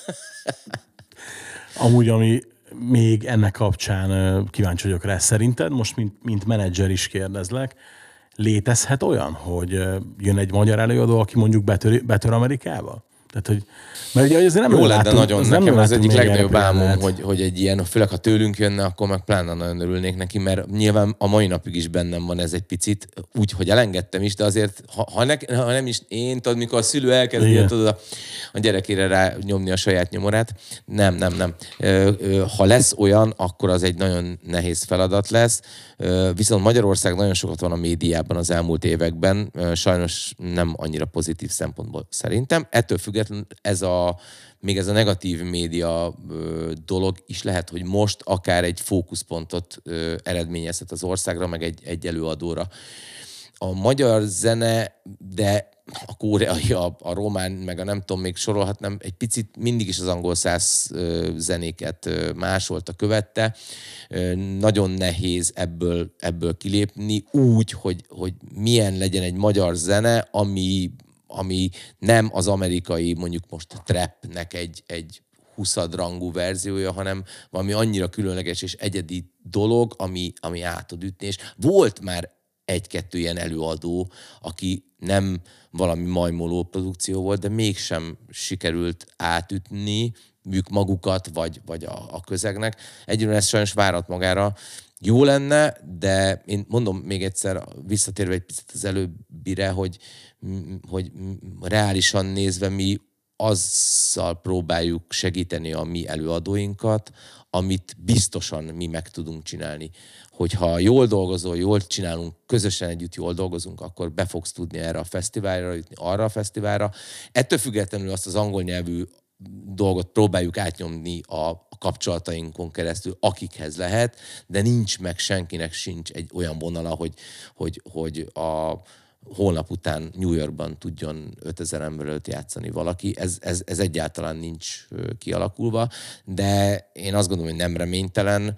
Amúgy, ami még ennek kapcsán ö, kíváncsi vagyok rá, szerinted, most mint, mint menedzser is kérdezlek, létezhet olyan, hogy ö, jön egy magyar előadó, aki mondjuk betör, betör Amerikába? Tehát, hogy, mert ugye azért nem Jó nagyon lenne látunk- nagyon, az nem nekem nagyon az látunk egyik még legnagyobb erre álmom, példát. hogy, hogy egy ilyen, főleg ha tőlünk jönne, akkor meg pláne nagyon örülnék neki, mert nyilván a mai napig is bennem van ez egy picit, úgy, hogy elengedtem is, de azért, ha, ha, ne, ha nem is én, tudod, mikor a szülő elkezdi, Igen. tudod, a, a gyerekére rá nyomni a saját nyomorát. Nem, nem, nem. Ö, ö, ha lesz olyan, akkor az egy nagyon nehéz feladat lesz. Ö, viszont Magyarország nagyon sokat van a médiában az elmúlt években, ö, sajnos nem annyira pozitív szempontból szerintem. Ettől függetlenül ez a még ez a negatív média ö, dolog is lehet, hogy most akár egy fókuszpontot ö, eredményezhet az országra, meg egy, egy előadóra. A magyar zene, de a koreai, a, a román, meg a nem tudom, még sorolhatnám, egy picit mindig is az angol száz ö, zenéket ö, másolta, követte. Ö, nagyon nehéz ebből, ebből kilépni úgy, hogy, hogy milyen legyen egy magyar zene, ami ami nem az amerikai, mondjuk most trapnek egy, egy huszadrangú verziója, hanem valami annyira különleges és egyedi dolog, ami, ami át tud ütni. És volt már egy-kettő ilyen előadó, aki nem valami majmoló produkció volt, de mégsem sikerült átütni ők magukat, vagy, vagy a, a közegnek. Egyébként ez sajnos várat magára. Jó lenne, de én mondom még egyszer, visszatérve egy picit az előbbire, hogy, hogy reálisan nézve mi azzal próbáljuk segíteni a mi előadóinkat, amit biztosan mi meg tudunk csinálni. Hogyha jól dolgozol, jól csinálunk, közösen együtt jól dolgozunk, akkor be fogsz tudni erre a fesztiválra, jutni arra a fesztiválra. Ettől függetlenül azt az angol nyelvű dolgot próbáljuk átnyomni a kapcsolatainkon keresztül, akikhez lehet, de nincs meg, senkinek sincs egy olyan vonala, hogy, hogy, hogy a holnap után New Yorkban tudjon ötezer ember előtt játszani valaki. Ez, ez, ez egyáltalán nincs kialakulva, de én azt gondolom, hogy nem reménytelen,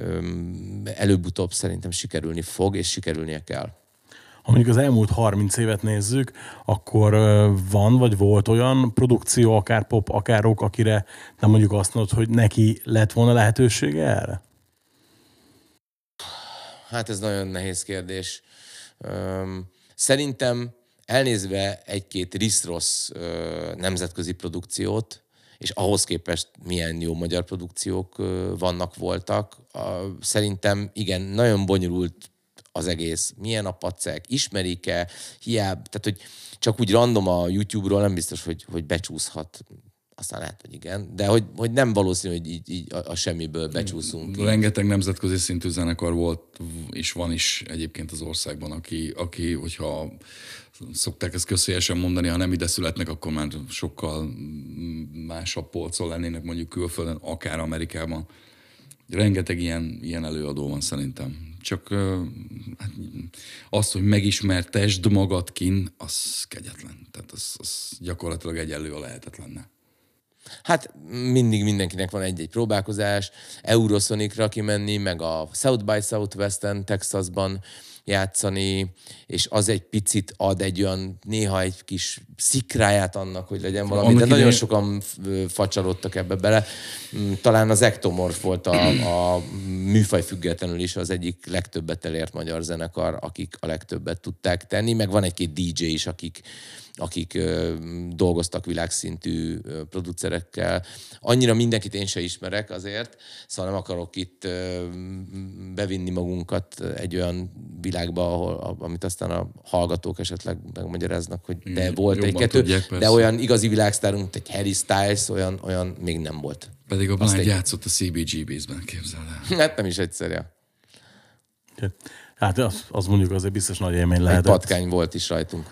előbb-utóbb szerintem sikerülni fog, és sikerülnie kell. Ha mondjuk az elmúlt harminc évet nézzük, akkor van vagy volt olyan produkció, akár pop, akár rock, akire nem mondjuk azt mondod, hogy neki lett volna lehetősége erre? Hát ez nagyon nehéz kérdés. Szerintem elnézve egy-két risz-rossz nemzetközi produkciót, és ahhoz képest milyen jó magyar produkciók vannak, voltak, szerintem igen, nagyon bonyolult az egész. Milyen a pacek, ismerik-e, hiába, tehát hogy csak úgy random a YouTube-ról nem biztos, hogy, hogy becsúszhat. Aztán lehet, hogy igen, de hogy, hogy nem valószínű, hogy így, így a, a semmiből becsúszunk. Rengeteg nemzetközi szintű zenekar volt, és van is egyébként az országban, aki, aki hogyha szokták ezt közhelyesen mondani, ha nem ide születnek, akkor már sokkal másabb polcon lennének mondjuk külföldön, akár Amerikában. Rengeteg ilyen, ilyen előadó van szerintem. Csak hát, azt, hogy megismertesd magad kin, az kegyetlen. Tehát az, az gyakorlatilag egyenlő a lehetetlenne. Hát mindig mindenkinek van egy-egy próbálkozás. Eurosonicra kimenni, meg a South by Southwest-en, Texasban játszani, és az egy picit ad egy olyan, néha egy kis szikráját annak, hogy legyen valami, annak de nagyon idején... sokan facsalódtak ebbe bele. Talán az Ectomorph volt a, a műfaj függetlenül is az egyik legtöbbet elért magyar zenekar, akik a legtöbbet tudták tenni, meg van egy-két dé dzsé is, akik akik ö, dolgoztak világszintű ö, producerekkel. Annyira mindenkit én se ismerek azért, szóval nem akarok itt ö, bevinni magunkat egy olyan világba, ahol, amit aztán a hallgatók esetleg megmagyaráznak, hogy de Igen, volt egy-kettő, de olyan igazi világsztárunk, mint egy Harry Styles, olyan, olyan még nem volt. Pedig a Blind egy... játszott a cé bé gé bé-ben, képzeld el. Hát nem is egyszerű. Hát az, az mondjuk azért biztos nagy élmény Egy lehetett. patkány volt is rajtunk.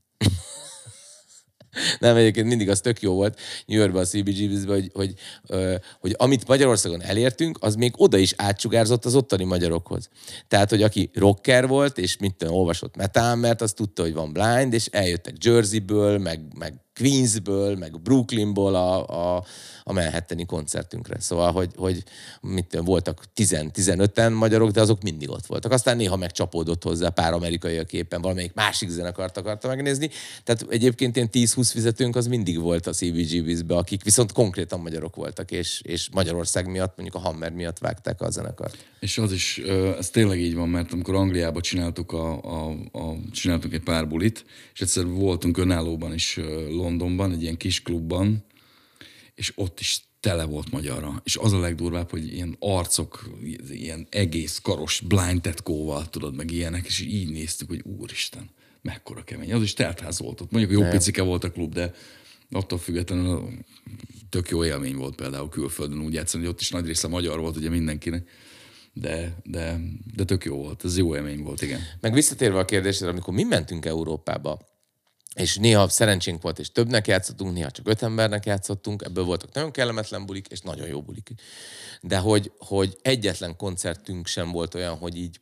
Nem, egyébként mindig az tök jó volt New Yorkban a cé bé gé bé-ben, hogy, hogy, hogy, hogy amit Magyarországon elértünk, az még oda is átsugárzott az ottani magyarokhoz. Tehát, hogy aki rocker volt, és mit tudom, olvasott metal, mert az tudta, hogy van Blind, és eljöttek Jerseyből, meg, meg Queensből, meg Brooklynból a, a, a Manhattani koncertünkre. Szóval, hogy, hogy mit tudom, voltak tíz-tizenöten magyarok, de azok mindig ott voltak. Aztán néha megcsapódott hozzá pár amerikai a képen, valamelyik másik zenekart akarta megnézni. Tehát egyébként ilyen tíz-húsz fizetőnk az mindig volt a cé bé gé bé-be, akik viszont konkrétan magyarok voltak, és, és Magyarország miatt, mondjuk a Hammer miatt vágták a zenekart. És az is, ez tényleg így van, mert amikor Angliában csináltuk, a, a, a, csináltunk egy pár bulit, és egyszer voltunk önállóban is Londonban, egy ilyen kis klubban, és ott is tele volt magyarra. És az a legdurvább, hogy ilyen arcok, ilyen egész karos blind tetkóval, tudod, meg ilyenek, és így néztük, hogy úristen, mekkora kemény. Az is teltház volt ott. Mondjuk jó picike volt a klub, de attól függetlenül tök jó élmény volt például külföldön úgy játszani, hogy ott is nagy része magyar volt ugye mindenkinek. De, de, de tök jó volt. Ez jó élmény volt, igen. Meg visszatérve a kérdésre, amikor mi mentünk Európába, és néha szerencsénk volt, és többnek játszottunk, néha csak öt embernek játszottunk, ebből voltak nagyon kellemetlen bulik, és nagyon jó bulik. De hogy, hogy egyetlen koncertünk sem volt olyan, hogy így,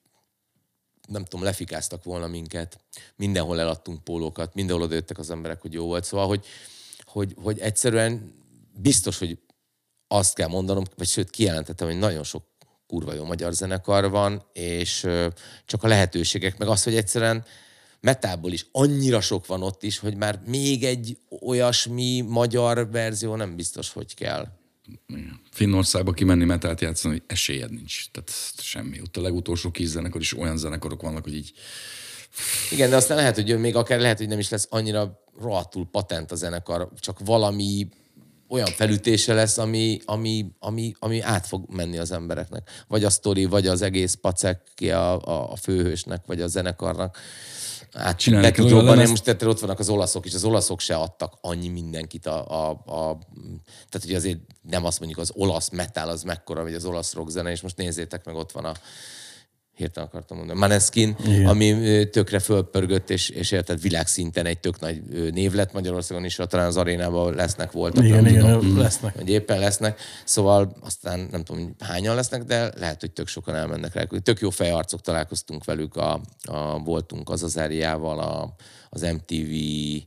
nem tudom, lefikáztak volna minket, mindenhol eladtunk pólókat, mindenhol odajöttek az emberek, hogy jó volt. Szóval, hogy, hogy, hogy egyszerűen biztos, hogy azt kell mondanom, vagy sőt kijelentettem, hogy nagyon sok kurva jó magyar zenekar van, és csak a lehetőségek, meg az, hogy egyszerűen metából is annyira sok van ott is, hogy már még egy olyasmi magyar verzió nem biztos, hogy kell. Finnországba kimenni metált játszani, hogy esélyed nincs. Tehát semmi. Ott a legutolsó kis zenekar is olyan zenekarok vannak, hogy így... Igen, de aztán lehet, hogy még akár lehet, hogy nem is lesz annyira rohadtul patent a zenekar, csak valami olyan felütése lesz, ami, ami, ami, ami át fog menni az embereknek. Vagy a sztori, vagy az egész pacek ki a, a, a főhősnek, vagy a zenekarnak. Hát be tud robbanni, most tehát ott vannak az olaszok is, az olaszok se adtak annyi mindenkit a, a, a... Tehát, hogy azért nem azt mondjuk, az olasz metal az mekkora, vagy az olasz rockzene, és most nézzétek meg, ott van a hirtelen akartam mondani, Maneskin, igen, ami tökre fölpörgött, és, és érted, világszinten egy tök nagy név lett Magyarországon is, talán az arénában lesznek, voltak. Igen, igen, tudom, lesznek. Vagy éppen lesznek. Szóval aztán nem tudom, hányan lesznek, de lehet, hogy tök sokan elmennek rá. Tök jó fejarcok, találkoztunk velük, a, a, voltunk az Azáriával, a, az em té vé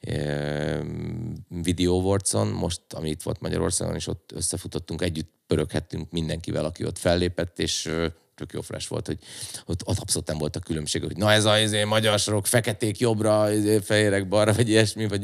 e, Video Awards-on, most, ami itt volt Magyarországon, és ott összefutottunk, együtt pöröghettünk mindenkivel, aki ott fellépett, és tök jó fresh volt, hogy ott, ott abszolút nem voltak különbségek, hogy na ez a ez magyar sorok, feketék jobbra, fehérek balra, vagy ilyesmi, vagy,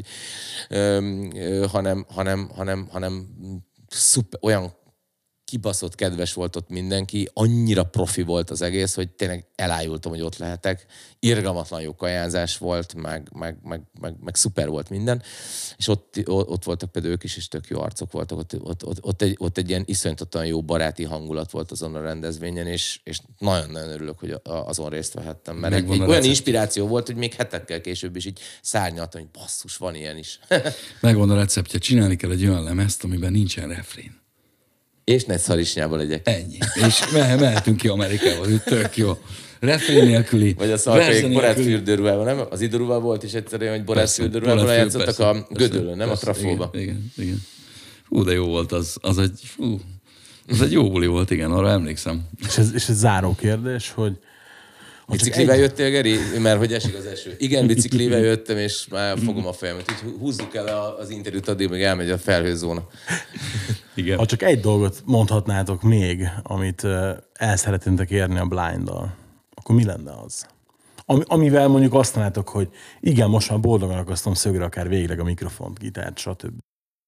ö, ö, hanem, hanem, hanem, hanem szuper, olyan kibaszott kedves volt ott mindenki, annyira profi volt az egész, hogy tényleg elájultam, hogy ott lehetek. Irgalmatlan jó kajázás volt, meg, meg, meg, meg, meg szuper volt minden, és ott, ott voltak például ők is, és tök jó arcok voltak. Ott, ott, ott, ott, egy, ott egy ilyen iszonyatosan jó baráti hangulat volt azon a rendezvényen, és, és nagyon-nagyon örülök, hogy azon részt vehettem, mert egy, egy olyan inspiráció volt, hogy még hetekkel később is így szárnyaltam, hogy basszus, van ilyen is. Megvan a receptje, csinálni kell egy olyan lemezt, amiben nincsen refrén. És ne szarisnyába legyek. Ennyi. És me- mehetünk ki Amerikába, hogy tök jó. Refrén nélküli. Vagy a szalkaiak borátfürdőruhában, nem? Az időruhában volt is egyszerűen, hogy borátfürdőruhában játszottak a Gödöllön, nem? Persze, a Trafóba. Igen, igen, igen. Hú, de jó volt az. Az egy, hú, az egy jó buli volt, igen, arra emlékszem. És ez, és ez záró kérdés, hogy... Biciklivel egy... jöttél, Geri? Mert hogy esik az eső. Igen, biciklivel jöttem, és már fogom a fejemet. Úgy húzzuk el az interjút, addig még elmegy a felhőzóna. Igen. Ha csak egy dolgot mondhatnátok még, amit el szeretnétek érni a Blinddal, akkor mi lenne az? Am- amivel mondjuk azt mondjátok, hogy igen, most már boldogan akasztom szögre akár végleg a mikrofont, gitárt, stb.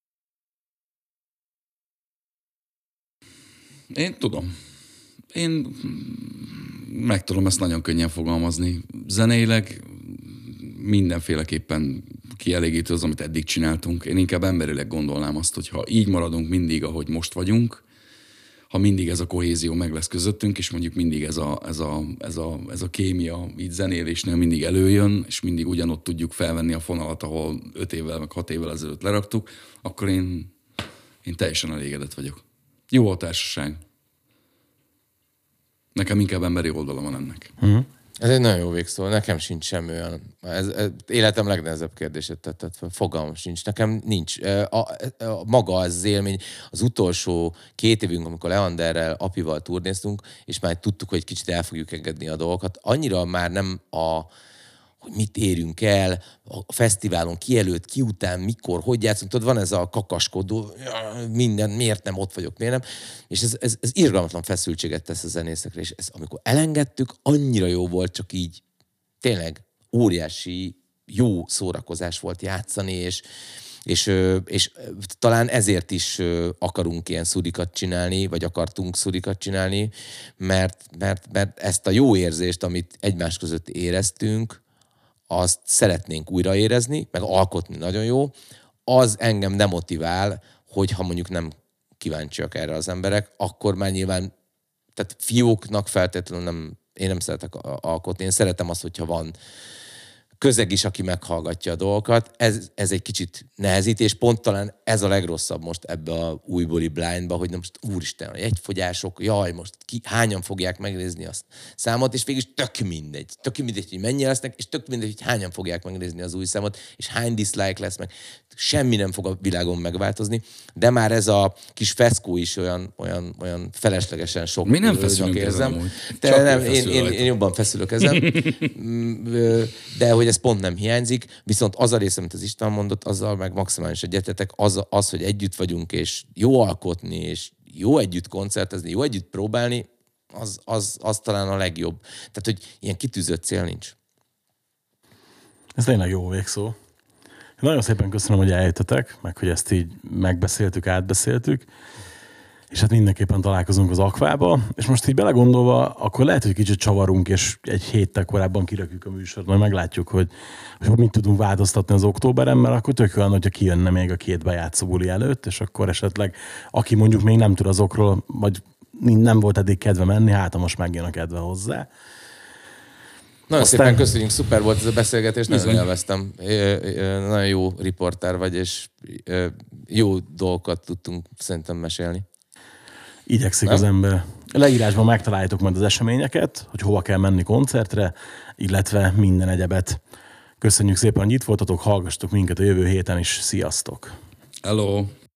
Én tudom. Én meg tudom ezt nagyon könnyen fogalmazni. Zeneileg mindenféleképpen kielégítő az, amit eddig csináltunk. Én inkább emberileg gondolnám azt, hogy ha így maradunk mindig, ahogy most vagyunk, ha mindig ez a kohézió meg lesz közöttünk, és mondjuk mindig ez a, ez a, ez a, ez a kémia így zenélésnél mindig előjön, és mindig ugyanott tudjuk felvenni a fonalat, ahol öt évvel, meg hat évvel ezelőtt leraktuk, akkor én, én teljesen elégedett vagyok. Jó a társaság. Nekem inkább emberi oldala van ennek. Uh-huh. Ez egy nagyon jó végszó. Nekem sincs semmi olyan. Ez, ez életem legnehezebb kérdését tetted fel. Fogalmam sincs. Nekem nincs. A, a, a, maga az élmény, az utolsó két évünk, amikor Leanderrel, Apival turnéztunk, és már tudtuk, hogy kicsit el fogjuk engedni a dolgokat, annyira már nem a hogy mit érünk el, a fesztiválon ki előtt, ki után, mikor, hogy játszunk. Tudod, van ez a kakaskodó, minden, miért nem ott vagyok, miért nem. És ez, ez, ez irgalmatlan feszültséget tesz a zenészekre, és ez, amikor elengedtük, annyira jó volt, csak így tényleg óriási jó szórakozás volt játszani, és, és, és talán ezért is akarunk ilyen szurikat csinálni, vagy akartunk szurikat csinálni, mert, mert, mert ezt a jó érzést, amit egymás között éreztünk, azt szeretnénk újraérezni, meg alkotni nagyon jó, az engem nem motivál, hogyha mondjuk nem kíváncsiak erre az emberek, akkor már nyilván, tehát fiúknak feltétlenül nem, én nem szeretek alkotni, én szeretem azt, hogyha van közeg is, aki meghallgatja a dolgokat. Ez, ez egy kicsit nehezít, és pont talán ez a legrosszabb most ebbe a újbóli blindba, hogy nem most úristen, egyfogyások, jaj, most ki, hányan fogják megnézni azt számot, és végig tök mindegy. Tök mindegy, hogy mennyire lesznek, és tök mindegy, hogy hányan fogják megnézni az új számot, és hány dislike lesz meg. Semmi nem fog a világon megváltozni, de már ez a kis feszkó is olyan, olyan, olyan feleslegesen sok. Mi nem feszülünk érzem. Ezen, de nem, én, én, én jobban feszülök ezen. De hogy ez pont nem hiányzik, viszont az a része, amit az István mondott, azzal meg maximális egyetetek, az, az, hogy együtt vagyunk, és jó alkotni, és jó együtt koncertezni, jó együtt próbálni, az, az, az talán a legjobb. Tehát, hogy ilyen kitűzött cél nincs. Ez tényleg jó végszó. Nagyon szépen köszönöm, hogy eljöttetek, meg hogy ezt így megbeszéltük, átbeszéltük, és hát mindenképpen találkozunk az Akvába, és most így belegondolva, akkor lehet, hogy kicsit csavarunk, és egy héttel korábban kirakjuk a műsort, majd meglátjuk, hogy, hogy mit tudunk változtatni az októberen, mert akkor tök olyan, hogyha kijönne még a két bejátszó buli előtt, és akkor esetleg, aki mondjuk még nem tud azokról, vagy nem volt eddig kedve menni, hát most megjön a kedve hozzá. Nagyon Aztán... szépen köszönjük, szuper volt ez a beszélgetés, nagyon élveztem. Nagyon jó riporter vagy, és jó dolgokat tudtunk szerintem mesélni. Igyekszik nem? Az ember. Leírásban megtaláljátok majd az eseményeket, hogy hova kell menni koncertre, illetve minden egyebet. Köszönjük szépen, hogy itt voltatok, hallgassatok minket a jövő héten is. Sziasztok! Hello!